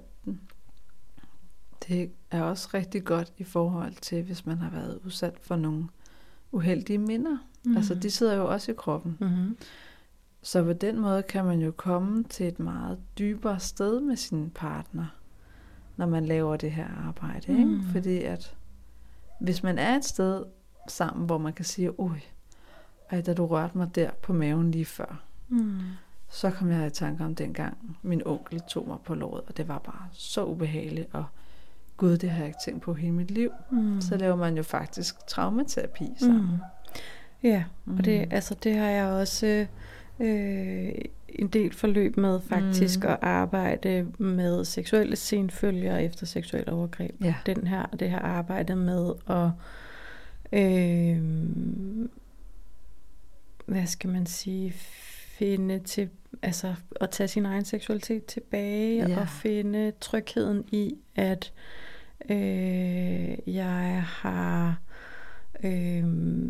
A: det er også rigtig godt i forhold til, hvis man har været udsat for nogle uheldige minder. Mm. Altså de sidder jo også i kroppen. Mm-hmm. Så på den måde kan man jo komme til et meget dybere sted med sin partner, når man laver det her arbejde. Mm. Ikke? Fordi at hvis man er et sted sammen, hvor man kan sige, oj, ej, da du rørte mig der på maven lige før, mm. så kom jeg i tanke om dengang, min onkel tog mig på låret, og det var bare så ubehageligt, og gud, det har jeg ikke tænkt på hele mit liv. Mm. Så laver man jo faktisk traumaterapi sammen. Mm.
B: Ja, mm. og det, altså, det har jeg også øh, en del forløb med faktisk, mm. at arbejde med seksuelle senfølger efter seksuelle overgreb.
A: Ja.
B: Den her, det her arbejde med at øh, hvad skal man sige, finde til, altså at tage sin egen seksualitet tilbage,
A: ja.
B: og finde trygheden i, at øh, jeg har øh,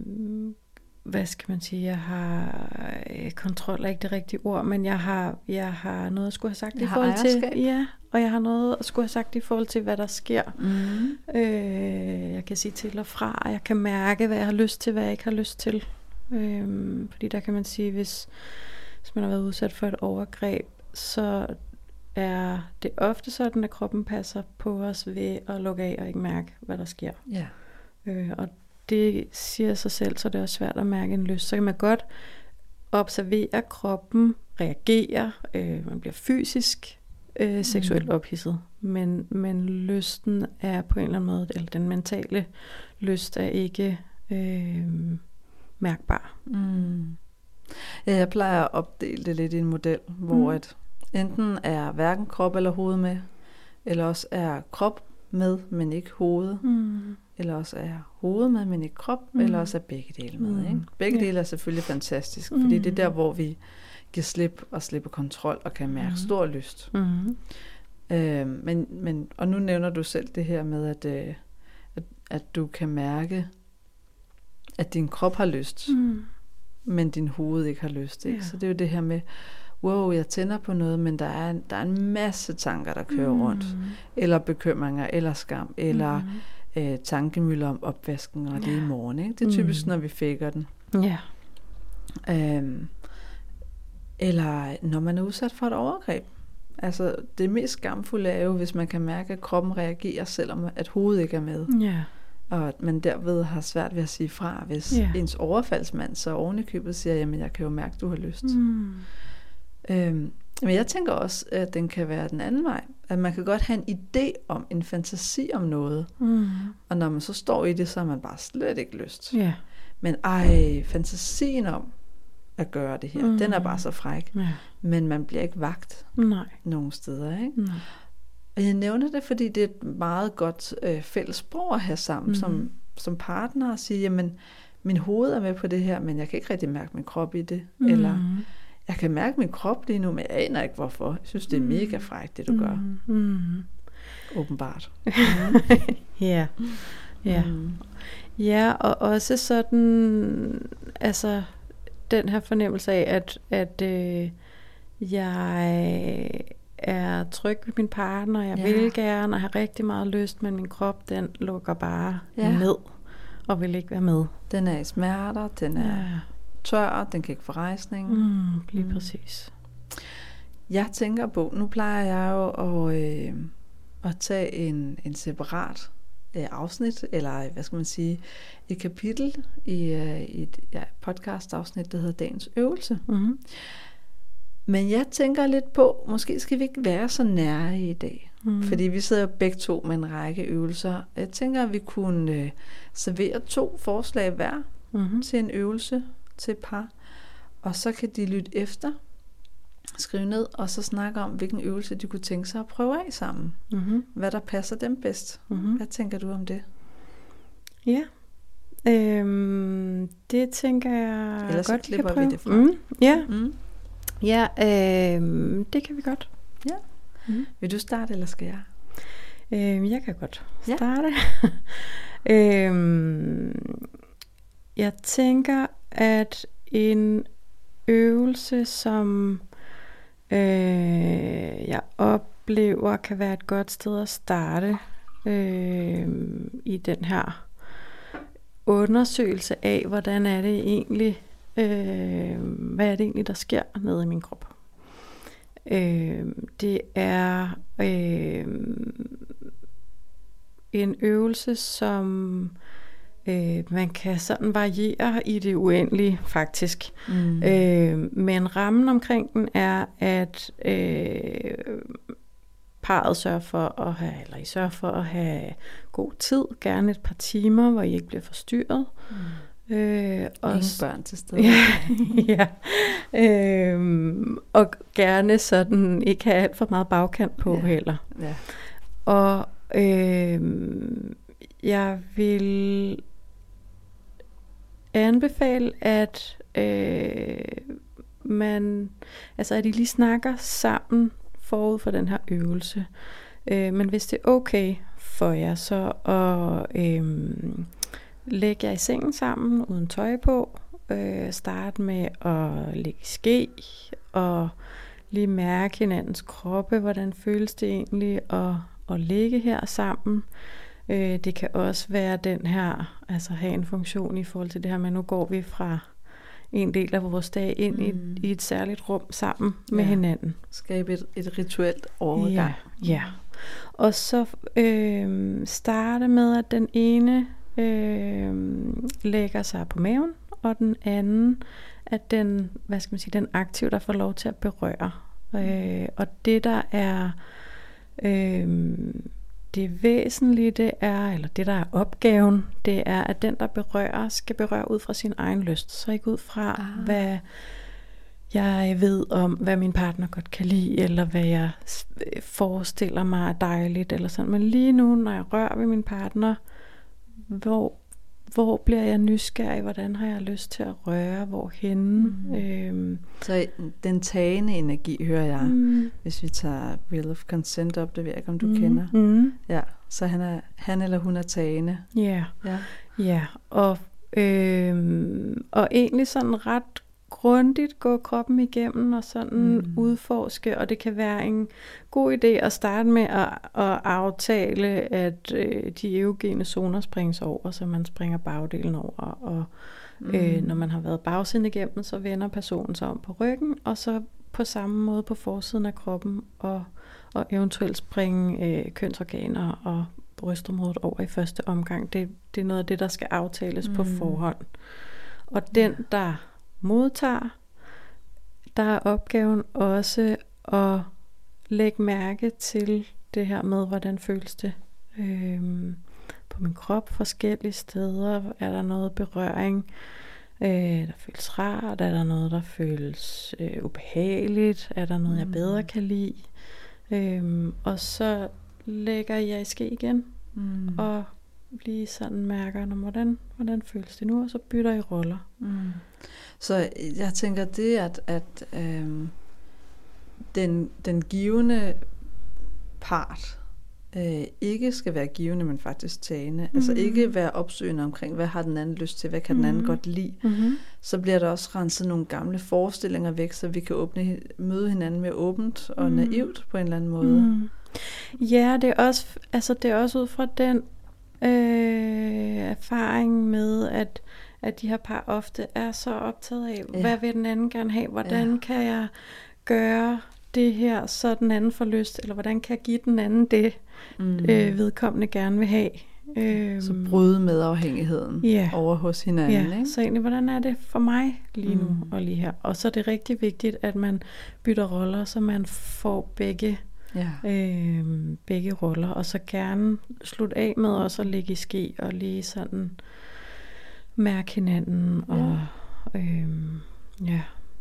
B: hvad skal man sige, jeg har øh, kontrol er ikke det rigtige ord, men jeg har, jeg har noget at skulle have sagt
A: jeg
B: i forhold
A: ejerskab.
B: til, ja, og jeg har noget at skulle have sagt i forhold til, hvad der sker. Mm. Øh, jeg kan sige til og fra, og jeg kan mærke, hvad jeg har lyst til, hvad jeg ikke har lyst til. Øh, fordi der kan man sige, hvis, hvis man har været udsat for et overgreb, så er det ofte sådan, at kroppen passer på os ved at lukke af og ikke mærke, hvad der sker.
A: Ja.
B: Øh, og det siger sig selv, så det er også svært at mærke en lyst. Så kan man godt observere kroppen, reagere, øh, man bliver fysisk øh, seksuelt ophidset, men, men lysten er på en eller anden måde, eller den mentale lyst er ikke øh, mærkbar.
A: Mm. Ja, jeg plejer at opdele det lidt i en model, hvor mm. at enten er hverken krop eller hoved med, eller også er krop med, men ikke hoved. Mm. Eller også er hoved med, men ikke krop, mm. eller også er begge dele med. Mm. Ikke? Begge ja. dele er selvfølgelig fantastisk, mm. fordi det er der, hvor vi giver slip og slipper kontrol og kan mærke mm. stor lyst. Mm. Øh, men, men, og nu nævner du selv det her med, at, øh, at, at du kan mærke, at din krop har lyst, mm. men din hoved ikke har lyst. Ikke? Ja. Så det er jo det her med, wow, jeg tænder på noget, men der er, der er en masse tanker, der kører mm. rundt. Eller bekymringer, eller skam, eller mm. øh, tankemøller om opvasken, og ja. det er i morgen. Ikke? Det er typisk, mm. når vi faker den.
B: Ja.
A: Øhm, eller når man er udsat for et overgreb. Altså, det mest skamfulde er jo, hvis man kan mærke, at kroppen reagerer, selvom at hovedet ikke er med.
B: Ja.
A: Og at man derved har svært ved at sige fra, hvis ja. ens overfaldsmand så oven i købet siger, jamen jeg kan jo mærke, du har lyst. Mm. Øhm, Men jeg tænker også, at den kan være den anden vej. At man kan godt have en idé om, en fantasi om noget. Mm. Og når man så står i det, så har man bare slet ikke lyst.
B: Yeah.
A: Men ej, fantasien om at gøre det her, mm. den er bare så fræk. Yeah. Men man bliver ikke vagt
B: Nej.
A: nogen steder, ikke?
B: Nej.
A: Og jeg nævner det, fordi det er et meget godt øh, fælles sprog at have sammen mm. som, som partner og sige, jamen, min hoved er med på det her, men jeg kan ikke rigtig mærke min krop i det. Mm. Eller jeg kan mærke min krop lige nu, men jeg aner ikke hvorfor. Jeg synes, det er mega frækt, det du gør.
B: Mm.
A: Åbenbart.
B: Ja. Ja. Mm. Ja, og også sådan, altså, den her fornemmelse af, at, at øh, jeg er tryg ved min partner, jeg ja. vil gerne, og har rigtig meget lyst, men min krop, den lukker bare ja. ned, og vil ikke være med.
A: Den er i smerter, den er ja. tør, den kan ikke få rejsning.
B: Mm, lige mm. præcis.
A: Jeg tænker på, nu plejer jeg jo at, øh, at tage en, en separat øh, afsnit, eller hvad skal man sige, et kapitel i, øh, i et ja, podcast-afsnit, der hedder Dagens Øvelse. Mm-hmm. Men jeg tænker lidt på, måske skal vi ikke være så nære i dag. Mm. Fordi vi sidder jo begge to med en række øvelser. Jeg tænker, at vi kunne øh, servere to forslag hver mm-hmm. til en øvelse til et par. Og så kan de lytte efter, skrive ned, og så snakke om, hvilken øvelse de kunne tænke sig at prøve af sammen. Mm-hmm. Hvad der passer dem bedst. Mm-hmm. Hvad tænker du om det?
B: Ja, øhm, det tænker jeg
A: Ellers
B: godt,
A: så klipper
B: vi, kan
A: vi det fra.
B: Mm, ja, mm. ja øhm, det kan vi godt.
A: Ja. Mm. Vil du starte, eller skal jeg?
B: Øhm, jeg kan godt
A: ja.
B: starte. øhm, jeg tænker, at en øvelse, som øh, jeg oplever, kan være et godt sted at starte øh, i den her undersøgelse af, hvordan er det egentlig, øh, hvad er det egentlig, der sker nede i min krop. Øh, det er øh, en øvelse, som øh, man kan sådan variere i det uendelige faktisk. Mm. Øh, men rammen omkring den er, at øh, parret sørger for at have, eller I sørger for at have god tid, gerne et par timer, hvor I ikke bliver forstyrret. Mm. Øh, og
A: ingen børn til stede.
B: Ja, ja. Øh, og gerne sådan ikke have alt for meget bagkant på ja. heller. Ja. Og øh, jeg vil anbefale, at øh, man, altså at I lige snakker sammen forud for den her øvelse. Øh, men hvis det er okay for jer, så at øh, lægge jer i sengen sammen uden tøj på. Øh, start med at lægge i ske og lige mærke hinandens kroppe. Hvordan føles det egentlig at, at ligge her sammen? Øh, det kan også være den her, altså have en funktion i forhold til det her, men nu går vi fra en del af vores dag ind mm. i, i et særligt rum sammen med
A: ja.
B: hinanden.
A: Skabe et, et rituelt overgang.
B: Ja, ja. Og så øh, starte med, at den ene øh, lægger sig på maven, og den anden, at den, hvad skal man sige, den aktiv, der får lov til at berøre. Mm. Øh, og det, der er øh, det væsentlige, det er, eller det, der er opgaven, det er, at den, der berører, skal berøre ud fra sin egen lyst. Så ikke ud fra, ah. hvad jeg ved om, hvad min partner godt kan lide, eller hvad jeg forestiller mig er dejligt, eller sådan. Men lige nu, når jeg rører ved min partner, hvor, hvor bliver jeg nysgerrig, hvordan har jeg lyst til at røre, hvorhenne. Mm. Øhm.
A: Så den tagende energi, hører jeg, mm. hvis vi tager Wheel of Consent op, det ved jeg ikke, om du mm. kender. Mm. Ja, så han, er, han eller hun er tagende.
B: Yeah. Ja, ja. Og, øhm, og egentlig sådan ret grundigt gå kroppen igennem og sådan mm. udforske, og det kan være en god idé at starte med at, at aftale, at øh, de erogene zoner springes over, så man springer bagdelen over, og mm. øh, når man har været bagsiden igennem, så vender personen sig om på ryggen, og så på samme måde på forsiden af kroppen, og, og eventuelt springe øh, kønsorganer og brystområdet over i første omgang. Det, det er noget af det, der skal aftales mm. på forhånd. Og den, der modtager, der er opgaven også at lægge mærke til det her med, hvordan føles det øhm, på min krop forskellige steder. Er der noget berøring, øh, der føles rart? Er der noget, der føles øh, ubehageligt? Er der noget, jeg bedre kan lide? Øhm, og så lægger jeg i ske igen, mm. og lige sådan mærker, hvordan, hvordan føles det nu, og så bytter I roller.
A: Mm. Så jeg tænker det, at, at øhm, den, den givende part øh, ikke skal være givende, men faktisk tagende. Mm. Altså ikke være opsøgende omkring, hvad har den anden lyst til, hvad kan mm. den anden godt lide. Mm-hmm. Så bliver der også renset nogle gamle forestillinger væk, så vi kan åbne, møde hinanden mere åbent og mm. naivt på en eller anden måde. Mm.
B: Ja, det er også, altså det er også ud fra den øh, erfaring med, at, at de her par ofte er så optaget af, ja. Hvad vil den anden gerne have, hvordan ja. Kan jeg gøre det her, så den anden får lyst, eller hvordan kan jeg give den anden det, mm. øh, vedkommende gerne vil have. Øhm,
A: så bryde med afhængigheden yeah. over hos hinanden.
B: Ja,
A: ikke?
B: så egentlig, hvordan er det for mig lige nu mm. og lige her? Og så er det rigtig vigtigt, at man bytter roller, så man får begge, yeah. øh, begge roller, og så gerne slutte af med også at ligge i ske, og lige sådan mærke hinanden, og yeah. øh, ja.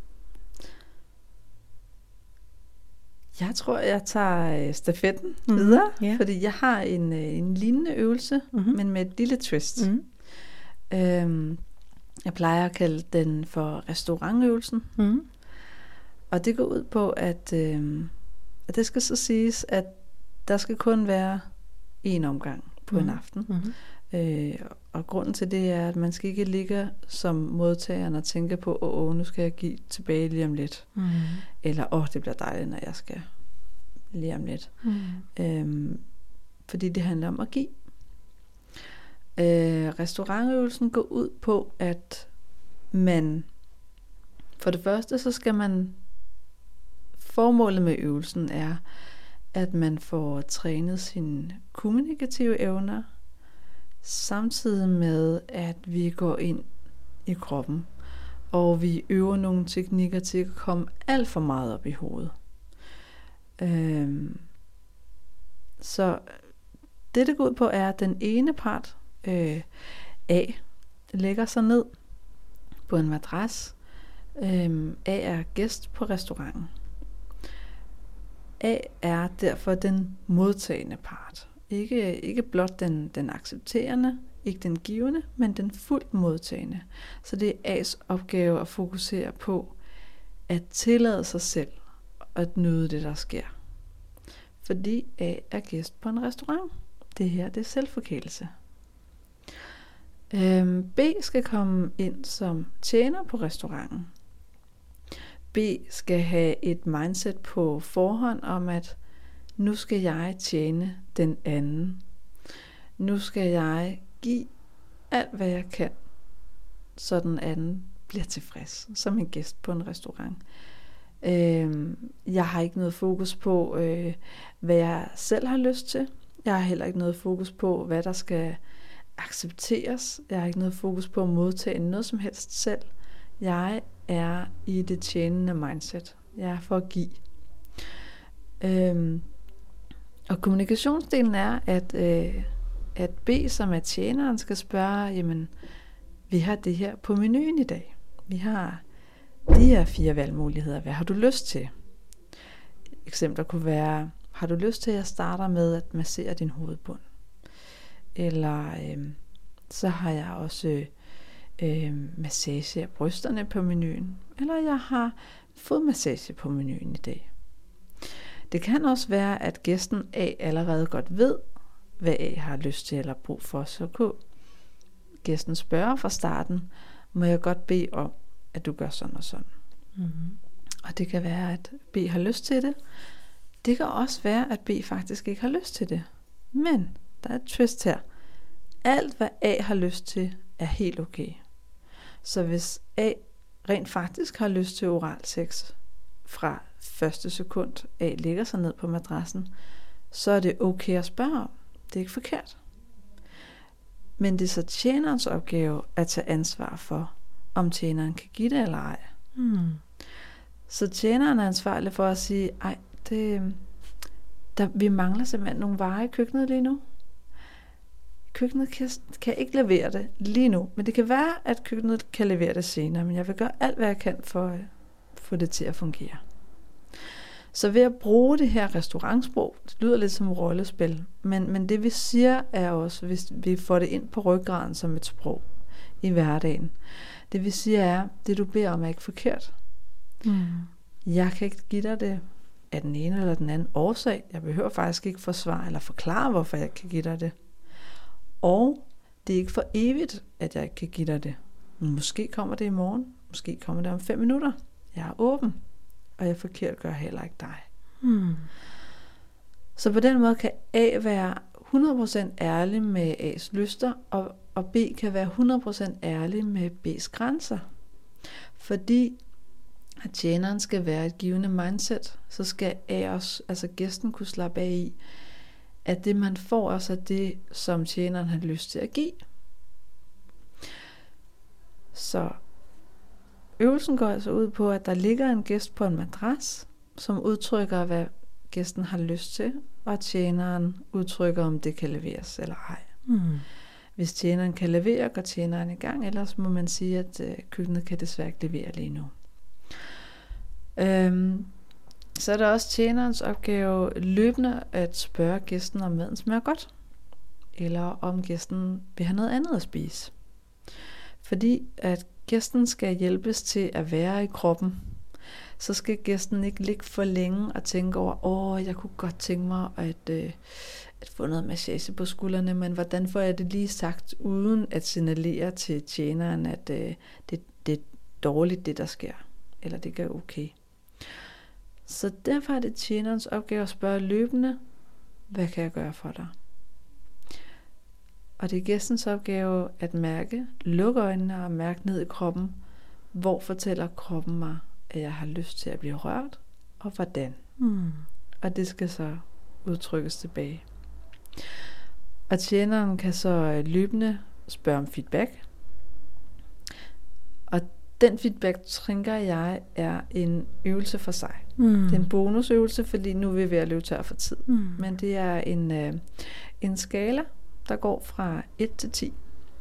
A: Jeg tror, jeg tager stafetten mm-hmm. videre, yeah. fordi jeg har en, en lignende øvelse, mm-hmm. men med et lille twist. Mm-hmm. Øhm, jeg plejer at kalde den for restaurantøvelsen. Mm-hmm. Og det går ud på, at, øhm, at det skal så siges, at der skal kun være én omgang på mm-hmm. en aften. Mm-hmm. Øh, og grunden til det er, at man skal ikke ligge som modtageren og tænke på, åh, oh, nu skal jeg give tilbage lige om lidt. Mm. Eller, åh, oh, det bliver dejligt, når jeg skal lige om lidt. Mm. Øhm, fordi det handler om at give. Øh, restaurantøvelsen går ud på, at man, for det første, så skal man, formålet med øvelsen er, at man får trænet sine kommunikative evner, samtidig med, at vi går ind i kroppen, og vi øver nogle teknikker til at komme alt for meget op i hovedet. Øhm, så det, det går ud på, er, at den ene part, øh, A, lægger sig ned på en madras. Øhm, A er gæst på restauranten. A er derfor den modtagende part. Ikke, ikke blot den, den accepterende, ikke den givende, men den fuldt modtagende. Så det er A's opgave at fokusere på at tillade sig selv at nyde det, der sker. Fordi A er gæst på en restaurant. Det her, det er selvforkælelse. Øhm, B skal komme ind som tjener på restauranten. B skal have et mindset på forhånd om, at nu skal jeg tjene den anden. Nu skal jeg give alt, hvad jeg kan, så den anden bliver tilfreds som en gæst på en restaurant. Øh, jeg har ikke noget fokus på, øh, hvad jeg selv har lyst til. Jeg har heller ikke noget fokus på, hvad der skal accepteres. Jeg har ikke noget fokus på at modtage noget som helst selv. Jeg er i det tjenende mindset. Jeg er for at give. Øh, Og kommunikationsdelen er, at, øh, at B, som er tjeneren, skal spørge, jamen, vi har det her på menuen i dag. Vi har de her fire valgmuligheder. Hvad har du lyst til? Eksempler kunne være, har du lyst til, at jeg starter med at massere din hovedbund? Eller øh, så har jeg også øh, massage af brysterne på menuen. Eller jeg har fodmassage på menuen i dag. Det kan også være, at gæsten A allerede godt ved, hvad A har lyst til eller brug for. Så kunne gæsten spørge fra starten, må jeg godt bede om, at du gør sådan og sådan. Mm-hmm. Og det kan være, at B har lyst til det. Det kan også være, at B faktisk ikke har lyst til det. Men der er et twist her. Alt, hvad A har lyst til, er helt okay. Så hvis A rent faktisk har lyst til oral sex fra første sekund A lægger sig ned på madrassen, så er det okay at spørge om. Det er ikke forkert. Men det er så tjenerens opgave at tage ansvar for, om tjeneren kan give det eller ej. Hmm. Så tjeneren er ansvarlig for at sige, ej, det, der, vi mangler simpelthen nogle varer i køkkenet lige nu. Køkkenet kan, kan ikke levere det lige nu, men det kan være, at køkkenet kan levere det senere, men jeg vil gøre alt, hvad jeg kan for at få det til at fungere. Så ved at bruge det her restaurantsprog, det lyder lidt som rollespil, men, men det vi siger er også, hvis vi får det ind på ryggraden som et sprog i hverdagen, det vi siger er, det du beder om er ikke forkert. Mm. Jeg kan ikke give dig det af den ene eller den anden årsag. Jeg behøver faktisk ikke forsvare eller forklare, hvorfor jeg kan give dig det. Og det er ikke for evigt, at jeg ikke kan give dig det. Måske kommer det i morgen, måske kommer det om fem minutter. Jeg er åben, og jeg forkert gør heller ikke dig. Hmm. Så på den måde kan A være hundrede procent ærlig med A's lyster, og, og B kan være hundrede procent ærlig med B's grænser. Fordi at tjeneren skal være et givende mindset, så skal A også, altså gæsten kunne slappe af i, at det man får også er det, som tjeneren har lyst til at give. Så øvelsen går altså ud på, at der ligger en gæst på en madras, som udtrykker, hvad gæsten har lyst til, og tjeneren udtrykker, om det kan leveres eller ej. Mm. Hvis tjeneren kan levere, går tjeneren i gang, ellers må man sige, at øh, køkkenet kan desværre ikke levere lige nu. Øhm, så er der også tjenerens opgave løbende at spørge gæsten, om maden smager godt, eller om gæsten vil have noget andet at spise. Fordi at gæsten skal hjælpes til at være i kroppen, så skal gæsten ikke ligge for længe og tænke over, åh, jeg kunne godt tænke mig at, øh, at få noget massage på skuldrene, men hvordan får jeg det lige sagt, uden at signalere til tjeneren, at øh, det, det er dårligt, det der sker, eller det gør okay. Så derfor er det tjenerens opgave at spørge løbende, hvad kan jeg gøre for dig? Og det er gæstens opgave at mærke, lukke øjnene og mærke ned i kroppen, hvor fortæller kroppen mig, at jeg har lyst til at blive rørt, og hvordan. Mm. Og det skal så udtrykkes tilbage. Og tjeneren kan så løbende spørge om feedback. Og den feedback, tænker jeg, er en øvelse for sig. Mm. Det er en bonusøvelse, fordi nu er vi ved at løbe tør for tid. Mm. Men det er en, øh, en skala, der går fra et til ti.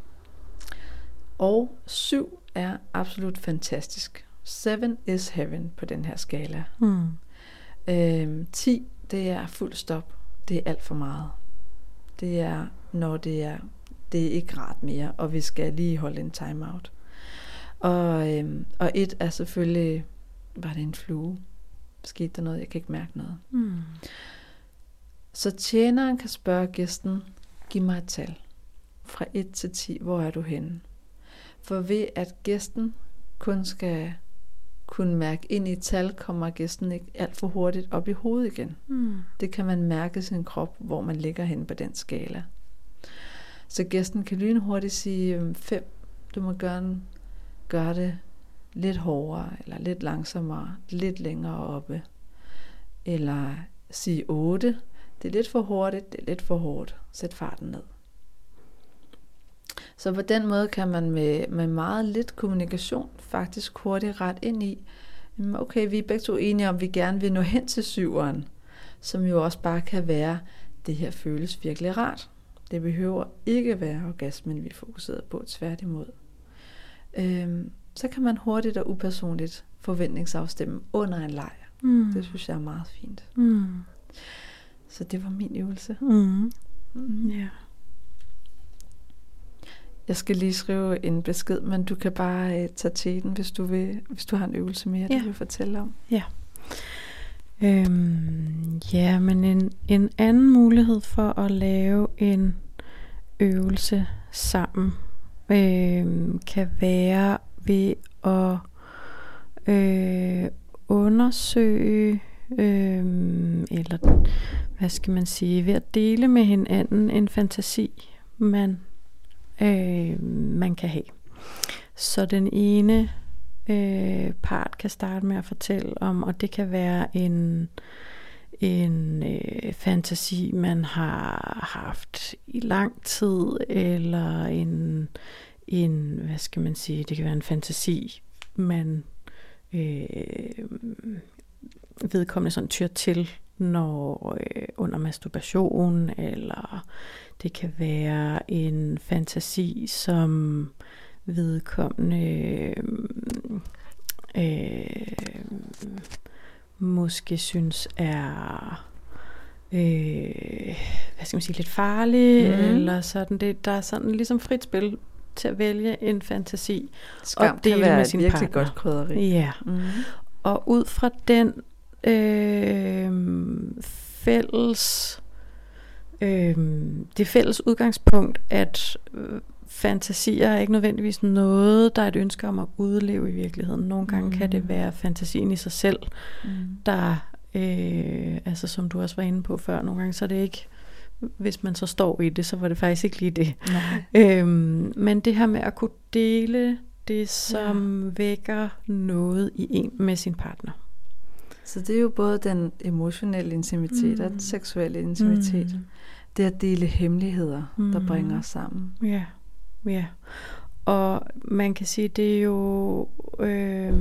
A: Og syv er absolut fantastisk. seven is heaven på den her skala. Mm. Øhm, ti, det er fuld stop. Det er alt for meget. Det er, når det er, det er ikke rart mere, og vi skal lige holde en timeout. Og, øhm, og et er selvfølgelig, var det en flue? Skete der noget? Jeg kan ikke mærke noget. Mm. Så tjeneren kan spørge gæsten, giv mig et tal. Fra et til ti, hvor er du henne? For ved at gæsten kun skal kunne mærke ind i et tal, kommer gæsten ikke alt for hurtigt op i hovedet igen. Mm. Det kan man mærke i sin krop, hvor man ligger henne på den skala. Så gæsten kan lynhurtigt sige fem. Du må gerne gøre det lidt hårdere, eller lidt langsommere, lidt længere oppe. Eller sige otte. Det er lidt for hurtigt, det er lidt for hårdt. Sæt farten ned. Så på den måde kan man med, med meget lidt kommunikation faktisk hurtigt ret ind i, okay, vi er begge to enige om, at vi gerne vil nå hen til syveren, som jo også bare kan være, det her føles virkelig rart. Det behøver ikke være orgasmen, vi er fokuseret på, tværtimod. Øhm, så kan man hurtigt og upersonligt forventningsafstemme under en lejr. Mm. Det synes jeg er meget fint. Mm. Så det var min øvelse. Mm. Mm. Yeah. Jeg skal lige skrive en besked, men du kan bare uh, tage til den, hvis du vil, hvis du har en øvelse mere, ja. Du vil fortælle om. Ja.
B: Øhm, ja, men en, en anden mulighed for at lave en øvelse sammen øh, kan være ved at øh, undersøge øh, eller hvad skal man sige, ved at dele med hinanden en fantasi, man øh, man kan have. Så den ene øh, part kan starte med at fortælle om, og det kan være en en øh, fantasi, man har haft i lang tid, eller en, en, hvad skal man sige, det kan være en fantasi, man øh, vedkommende sådan tyr til, når øh, under masturbation, eller det kan være en fantasi, som vedkommende øh, måske synes er øh, hvad skal man sige, lidt farlig, mm. eller sådan. Det, der er sådan ligesom frit spil til at vælge en fantasi.
A: Skam og dele kan være med sin et virkelig partner. Godt krydderi.
B: Ja. Mm. Og ud fra den øh, fælles øh, det fælles udgangspunkt, at øh, fantasier er ikke nødvendigvis noget, der er et ønske om at udleve i virkeligheden. Nogle gange mm. kan det være fantasien i sig selv, mm. der, øh, altså som du også var inde på før, nogle gange så er det ikke, hvis man så står i det, så var det faktisk ikke lige det. Øhm, men det her med at kunne dele det, som ja. vækker noget i en med sin partner.
A: Så det er jo både den emotionelle intimitet mm. og den seksuelle intimitet. Mm. Det at dele hemmeligheder, mm. der bringer os sammen.
B: Ja, ja. Og man kan sige, det er jo øh,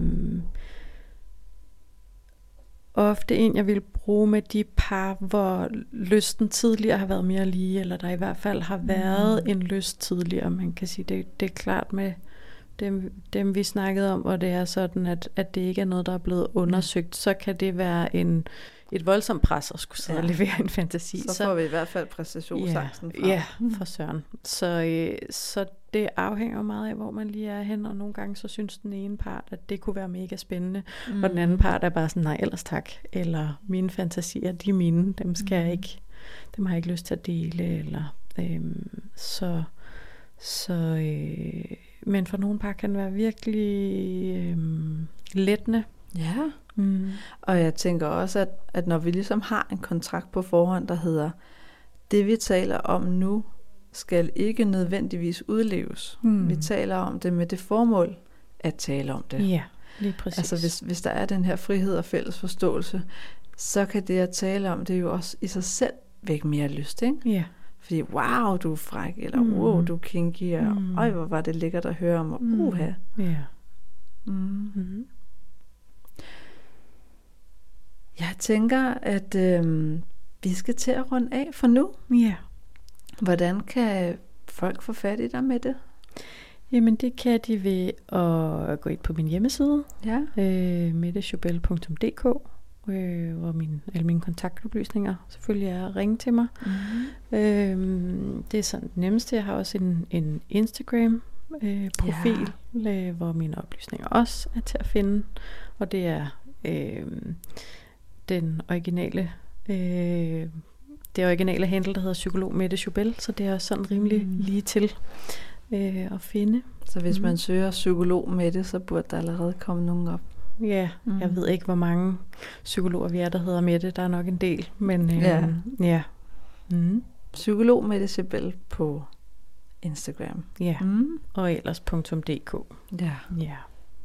B: ofte en, jeg vil bruge med de par, hvor lysten tidligere har været mere lige, eller der i hvert fald har været mm. en lyst tidligere. Man kan sige, det, det er klart med dem, dem vi snakkede om, og det er sådan, at, at det ikke er noget, der er blevet undersøgt, så kan det være en et voldsomt pres at skulle sidde ja. og levere en fantasi.
A: Så får vi i hvert fald præstationsangsten
B: fra. Ja, for søren. Så, øh, så det afhænger meget af, hvor man lige er hen, og nogle gange så synes den ene part, at det kunne være mega spændende, mm. og den anden part er bare sådan, nej, ellers tak. Eller mine fantasier, de er mine, dem skal mm. jeg ikke, dem har jeg ikke lyst til at dele. Eller, øhm, så, så, øh, men for nogle par kan det være virkelig øh, lettende.
A: Ja. Mm. Og jeg tænker også, at, at når vi ligesom har en kontrakt på forhånd, der hedder, det vi taler om nu, skal ikke nødvendigvis udleves. Mm. Vi taler om det med det formål, at tale om det.
B: Ja, lige præcis.
A: Altså hvis, hvis der er den her frihed og fælles forståelse, så kan det at tale om det jo også i sig selv vække mere lyst, ikke?
B: Ja.
A: Fordi, wow, du er fræk, eller mm. wow, du er kinky, og mm. øj, hvor var det lækkert at høre om, og
B: mm.
A: uha.
B: Ja.
A: Mm. Mm. Jeg tænker, at øh, vi skal til at runde af for nu.
B: Ja.
A: Hvordan kan folk få fat i dig med det?
B: Jamen det kan de ved at gå ind på min hjemmeside,
A: ja.
B: øh, mette schobel punktum d k, øh, hvor min, alle mine kontaktoplysninger selvfølgelig er at ringe til mig. Mm-hmm. Øh, det er sådan det nemmeste. Jeg har også en, en Instagram øh, profil, ja. øh, hvor mine oplysninger også er til at finde, og det er øh, den originale øh, det originale handle, der hedder psykolog Mette Schobel, så det er sådan rimelig mm. lige til øh, at finde.
A: Så hvis mm. man søger psykolog Mette, så burde der allerede komme nogen op.
B: Ja, mm. jeg ved ikke, hvor mange psykologer vi er, der hedder Mette. Der er nok en del, men øh,
A: ja.
B: ja. Mm.
A: Psykolog Mette Schobel på Instagram.
B: Ja, mm. og ellers .dk.
A: Ja.
B: Ja.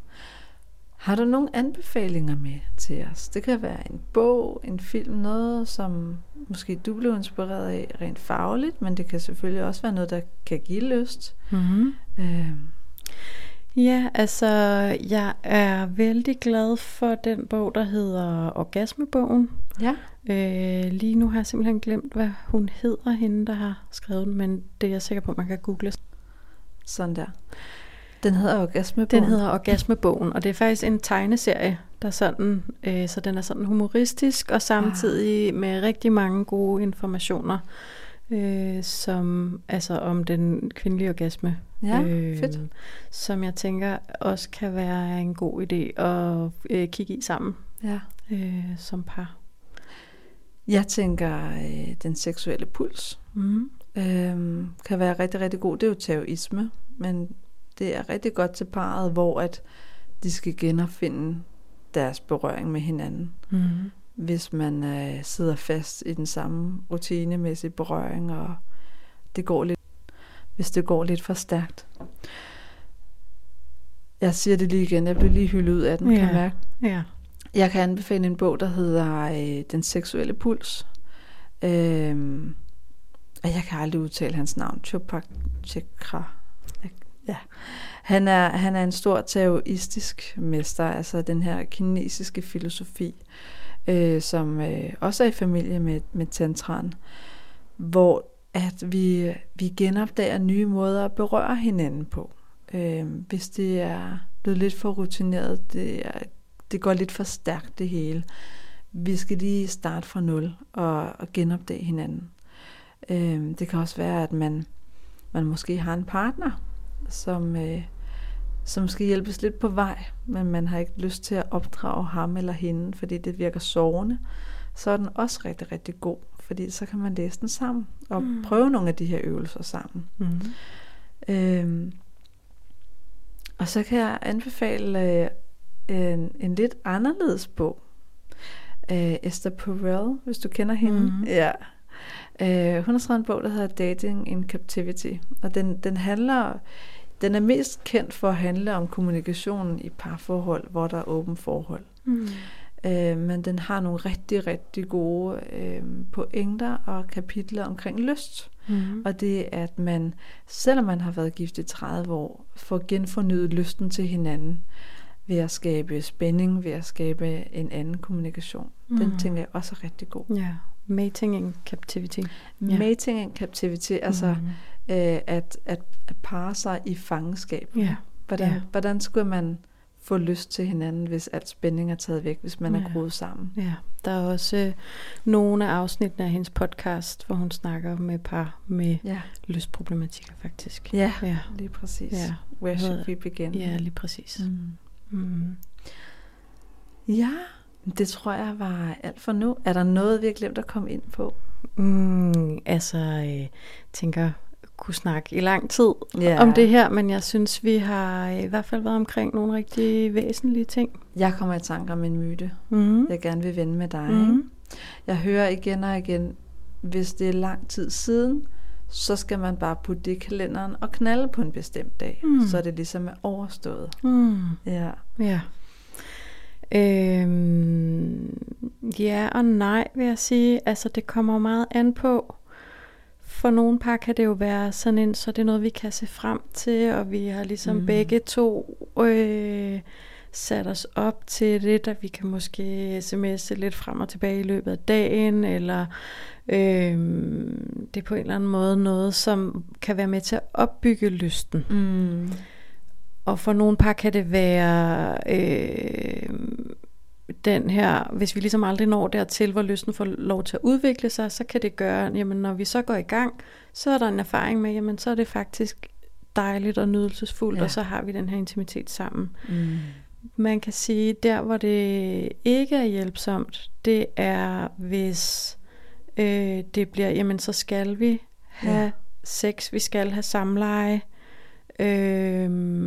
A: Har du nogle anbefalinger med til os? Det kan være en bog, en film, noget som måske du blev inspireret af rent fagligt, men det kan selvfølgelig også være noget, der kan give lyst.
B: Mm-hmm.
A: Øh.
B: Ja, altså jeg er vældig glad for den bog, der hedder Orgasmebogen.
A: Ja.
B: Øh, lige nu har jeg simpelthen glemt, hvad hun hedder, hende der har skrevet den, men det er jeg sikker på, at man kan google.
A: Sådan der. Den hedder Orgasmebogen.
B: Den hedder Orgasmebogen, og det er faktisk en tegneserie, der sådan, øh, så den er sådan humoristisk, og samtidig ah. med rigtig mange gode informationer, øh, som altså om den kvindelige orgasme.
A: Ja, øh, fedt.
B: Som jeg tænker også kan være en god idé at øh, kigge i sammen,
A: ja.
B: øh, som par.
A: Jeg tænker, øh, den seksuelle puls
B: mm.
A: øh, kan være rigtig, rigtig god. Det er jo taoisme, men det er rigtig godt til parret, hvor at de skal genopfinde deres berøring med hinanden.
B: Mm-hmm.
A: Hvis man øh, sidder fast i den samme rutinemæssige berøring, og det går lidt, hvis det går lidt for stærkt. Jeg siger det lige igen, jeg bliver lige hyldet ud af den,
B: ja.
A: kan jeg mærke.
B: Ja.
A: Jeg kan anbefale en bog, der hedder øh, Den seksuelle puls. Øh, og jeg kan aldrig udtale hans navn. Chopra Chakra. Ja. Han er, han er en stor taoistisk mester, altså den her kinesiske filosofi, øh, som øh, også er i familie med, med tantraen, hvor at vi, vi genopdager nye måder at berøre hinanden på. Øh, hvis det er blevet lidt for rutineret, det, er, det går lidt for stærkt det hele. Vi skal lige starte fra nul og, og genopdage hinanden. Øh, det kan også være, at man, man måske har en partner, som, øh, som skal hjælpes lidt på vej, men man har ikke lyst til at opdrage ham eller hende, fordi det virker sårende. Så er den også rigtig, rigtig god, fordi så kan man læse den sammen og mm. prøve nogle af de her øvelser sammen. Mm. Øh, og så kan jeg anbefale øh, en, en lidt anderledes bog. Øh, Esther Perel, hvis du kender hende. Mm. Ja. Øh, hun har skrevet en bog, der hedder Dating in Captivity, og den, den handler, den er mest kendt for at handle om kommunikationen i parforhold, hvor der er åbent forhold. Mm. Øh, men den har nogle rigtig, rigtig gode øh, pointer og kapitler omkring lyst. Mm. Og det er, at man, selvom man har været gift i tredive år, får genfornyet lysten til hinanden ved at skabe spænding, ved at skabe en anden kommunikation. Mm. Den tænker jeg også er rigtig god.
B: Ja, yeah. Mating in Captivity.
A: Yeah. Mating in Captivity, altså mm. øh, at, at, at parre sig i fangenskab. Yeah. Hvordan, yeah. hvordan skulle man få lyst til hinanden, hvis alt spænding er taget væk, hvis man yeah. er groet sammen?
B: Ja, der er også øh, nogle af afsnittene af hendes podcast, hvor hun snakker med par med yeah. lystproblematikker faktisk.
A: Ja, yeah, lige præcis. Yeah. Where should we begin?
B: Ja, lige præcis. Mm. Mm.
A: Ja, det tror jeg var alt for nu. Er der noget, vi har glemt at komme ind på?
B: Mm, altså, jeg øh, tænker, kunne snakke i lang tid yeah. om det her, men jeg synes, vi har i hvert fald været omkring nogle rigtig væsentlige ting.
A: Jeg kommer i tanke om en myte, mm. jeg gerne vil vende med dig. Mm. Jeg hører igen og igen, hvis det er lang tid siden, så skal man bare putte det i kalenderen og knalde på en bestemt dag. Mm. Så er det ligesom er overstået. Mm. Ja.
B: Ja. Øhm, ja og nej, vil jeg sige. Altså, det kommer meget an på. For nogle par kan det jo være sådan en, så det er noget, vi kan se frem til, og vi har ligesom mm. begge to øh, sat os op til det, at vi kan måske sms'e lidt frem og tilbage i løbet af dagen, eller øh, det er på en eller anden måde noget, som kan være med til at opbygge lysten. Mm. Og for nogle par kan det være øh, den her, hvis vi ligesom aldrig når dertil, hvor lysten får lov til at udvikle sig, så kan det gøre, jamen når vi så går i gang, så er der en erfaring med, jamen så er det faktisk dejligt og nydelsesfuldt, ja. Og så har vi den her intimitet sammen. Mm. Man kan sige, der hvor det ikke er hjælpsomt, det er hvis øh, det bliver, jamen så skal vi have ja. sex, vi skal have samleje, øh,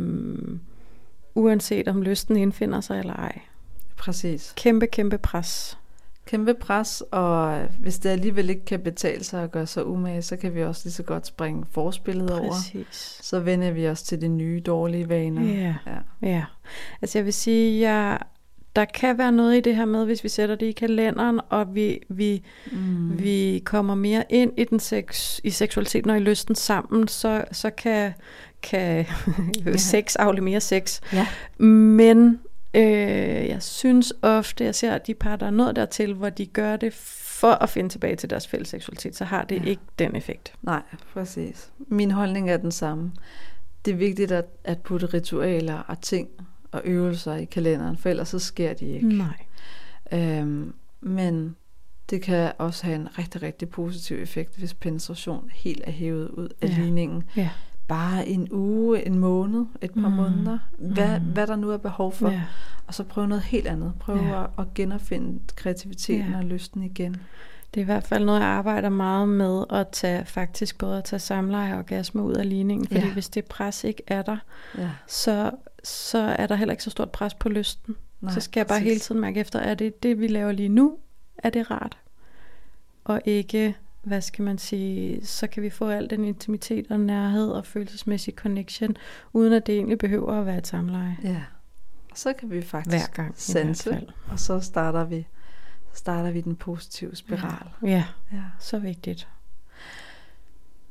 B: uanset om lysten indfinder sig eller ej.
A: Præcis.
B: Kæmpe, kæmpe pres.
A: Kæmpe pres, og hvis det alligevel ikke kan betale sig at gøre sig umage, så kan vi også lige så godt springe forspillet over.
B: Præcis.
A: Så vender vi os til de nye dårlige vaner.
B: Ja, ja. ja. Altså jeg vil sige, jeg, der kan være noget i det her med, hvis vi sætter det i kalenderen, og vi, vi, mm. vi kommer mere ind i den sex, i seksualiteten og i lysten sammen, så, så kan, kan ja. sex afle mere sex. Ja. Men Øh, jeg synes ofte, jeg ser, at de par, der er nået dertil, hvor de gør det for at finde tilbage til deres fælles seksualitet, så har det ja. ikke den effekt.
A: Nej, præcis. Min holdning er den samme. Det er vigtigt at, at putte ritualer og ting og øvelser i kalenderen, for ellers så sker de ikke.
B: Nej.
A: Øhm, men det kan også have en rigtig, rigtig positiv effekt, hvis penetration helt er hævet ud af ja. ligningen. Ja. Bare en uge, en måned, et par mm. måneder, hvad, mm. hvad der nu er behov for. Yeah. Og så prøve noget helt andet. Prøve yeah. at, at genopfinde kreativiteten yeah. og lysten igen.
B: Det er i hvert fald noget, jeg arbejder meget med, at tage faktisk både at tage samleje og orgasme ud af ligningen. Fordi yeah. hvis det pres ikke er der, yeah. så, så er der heller ikke så stort pres på lysten. Nej, så skal jeg bare præcis. hele tiden mærke efter, er det det, vi laver lige nu? Er det rart? Og ikke, hvad skal man sige, så kan vi få al den intimitet og nærhed og følelsesmæssig connection, uden at det egentlig behøver at være et samleje.
A: Ja, så kan vi faktisk hver gang, sanse, og så starter vi, starter vi den positive spiral.
B: Ja, ja, ja. Så vigtigt.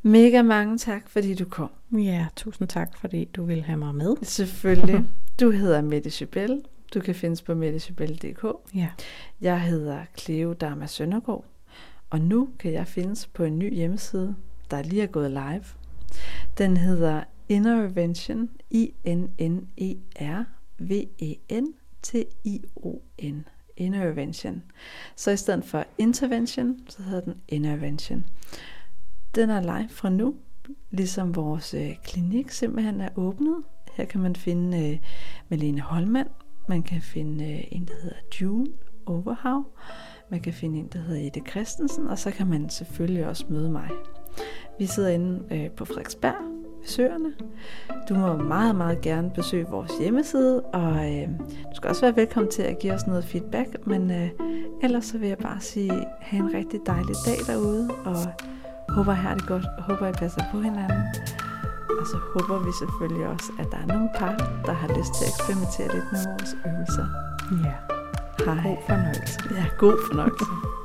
A: Mega mange tak, fordi du kom.
B: Ja, tusind tak, fordi du ville have mig med.
A: Selvfølgelig. Du hedder Mette Sybel. Du kan findes på mette sybel punktum d k.
B: Ja.
A: Jeg hedder Cleo Dharma Søndergaard. Og nu kan jeg findes på en ny hjemmeside, der lige er gået live. Den hedder Innervention, I N N E R V E N T I O N. Innervention. Så i stedet for intervention, så hedder den Innervention. Den er live fra nu, ligesom vores øh, klinik simpelthen er åbnet. Her kan man finde øh, Malene Holman, man kan finde øh, en, der hedder June Overhav, man kan finde en, der hedder Ida Christensen, og så kan man selvfølgelig også møde mig. Vi sidder inde øh, på Frederiksberg ved Søerne. Du må meget, meget gerne besøge vores hjemmeside, og øh, du skal også være velkommen til at give os noget feedback, men øh, ellers så vil jeg bare sige, have en rigtig dejlig dag derude, og håber, I har det godt, og håber, I passer på hinanden. Og så håber vi selvfølgelig også, at der er nogle par, der har lyst til at eksperimentere lidt med vores øvelser.
B: Ja.
A: Hej.
B: God fornøjelse.
A: Ja, god fornøjelse.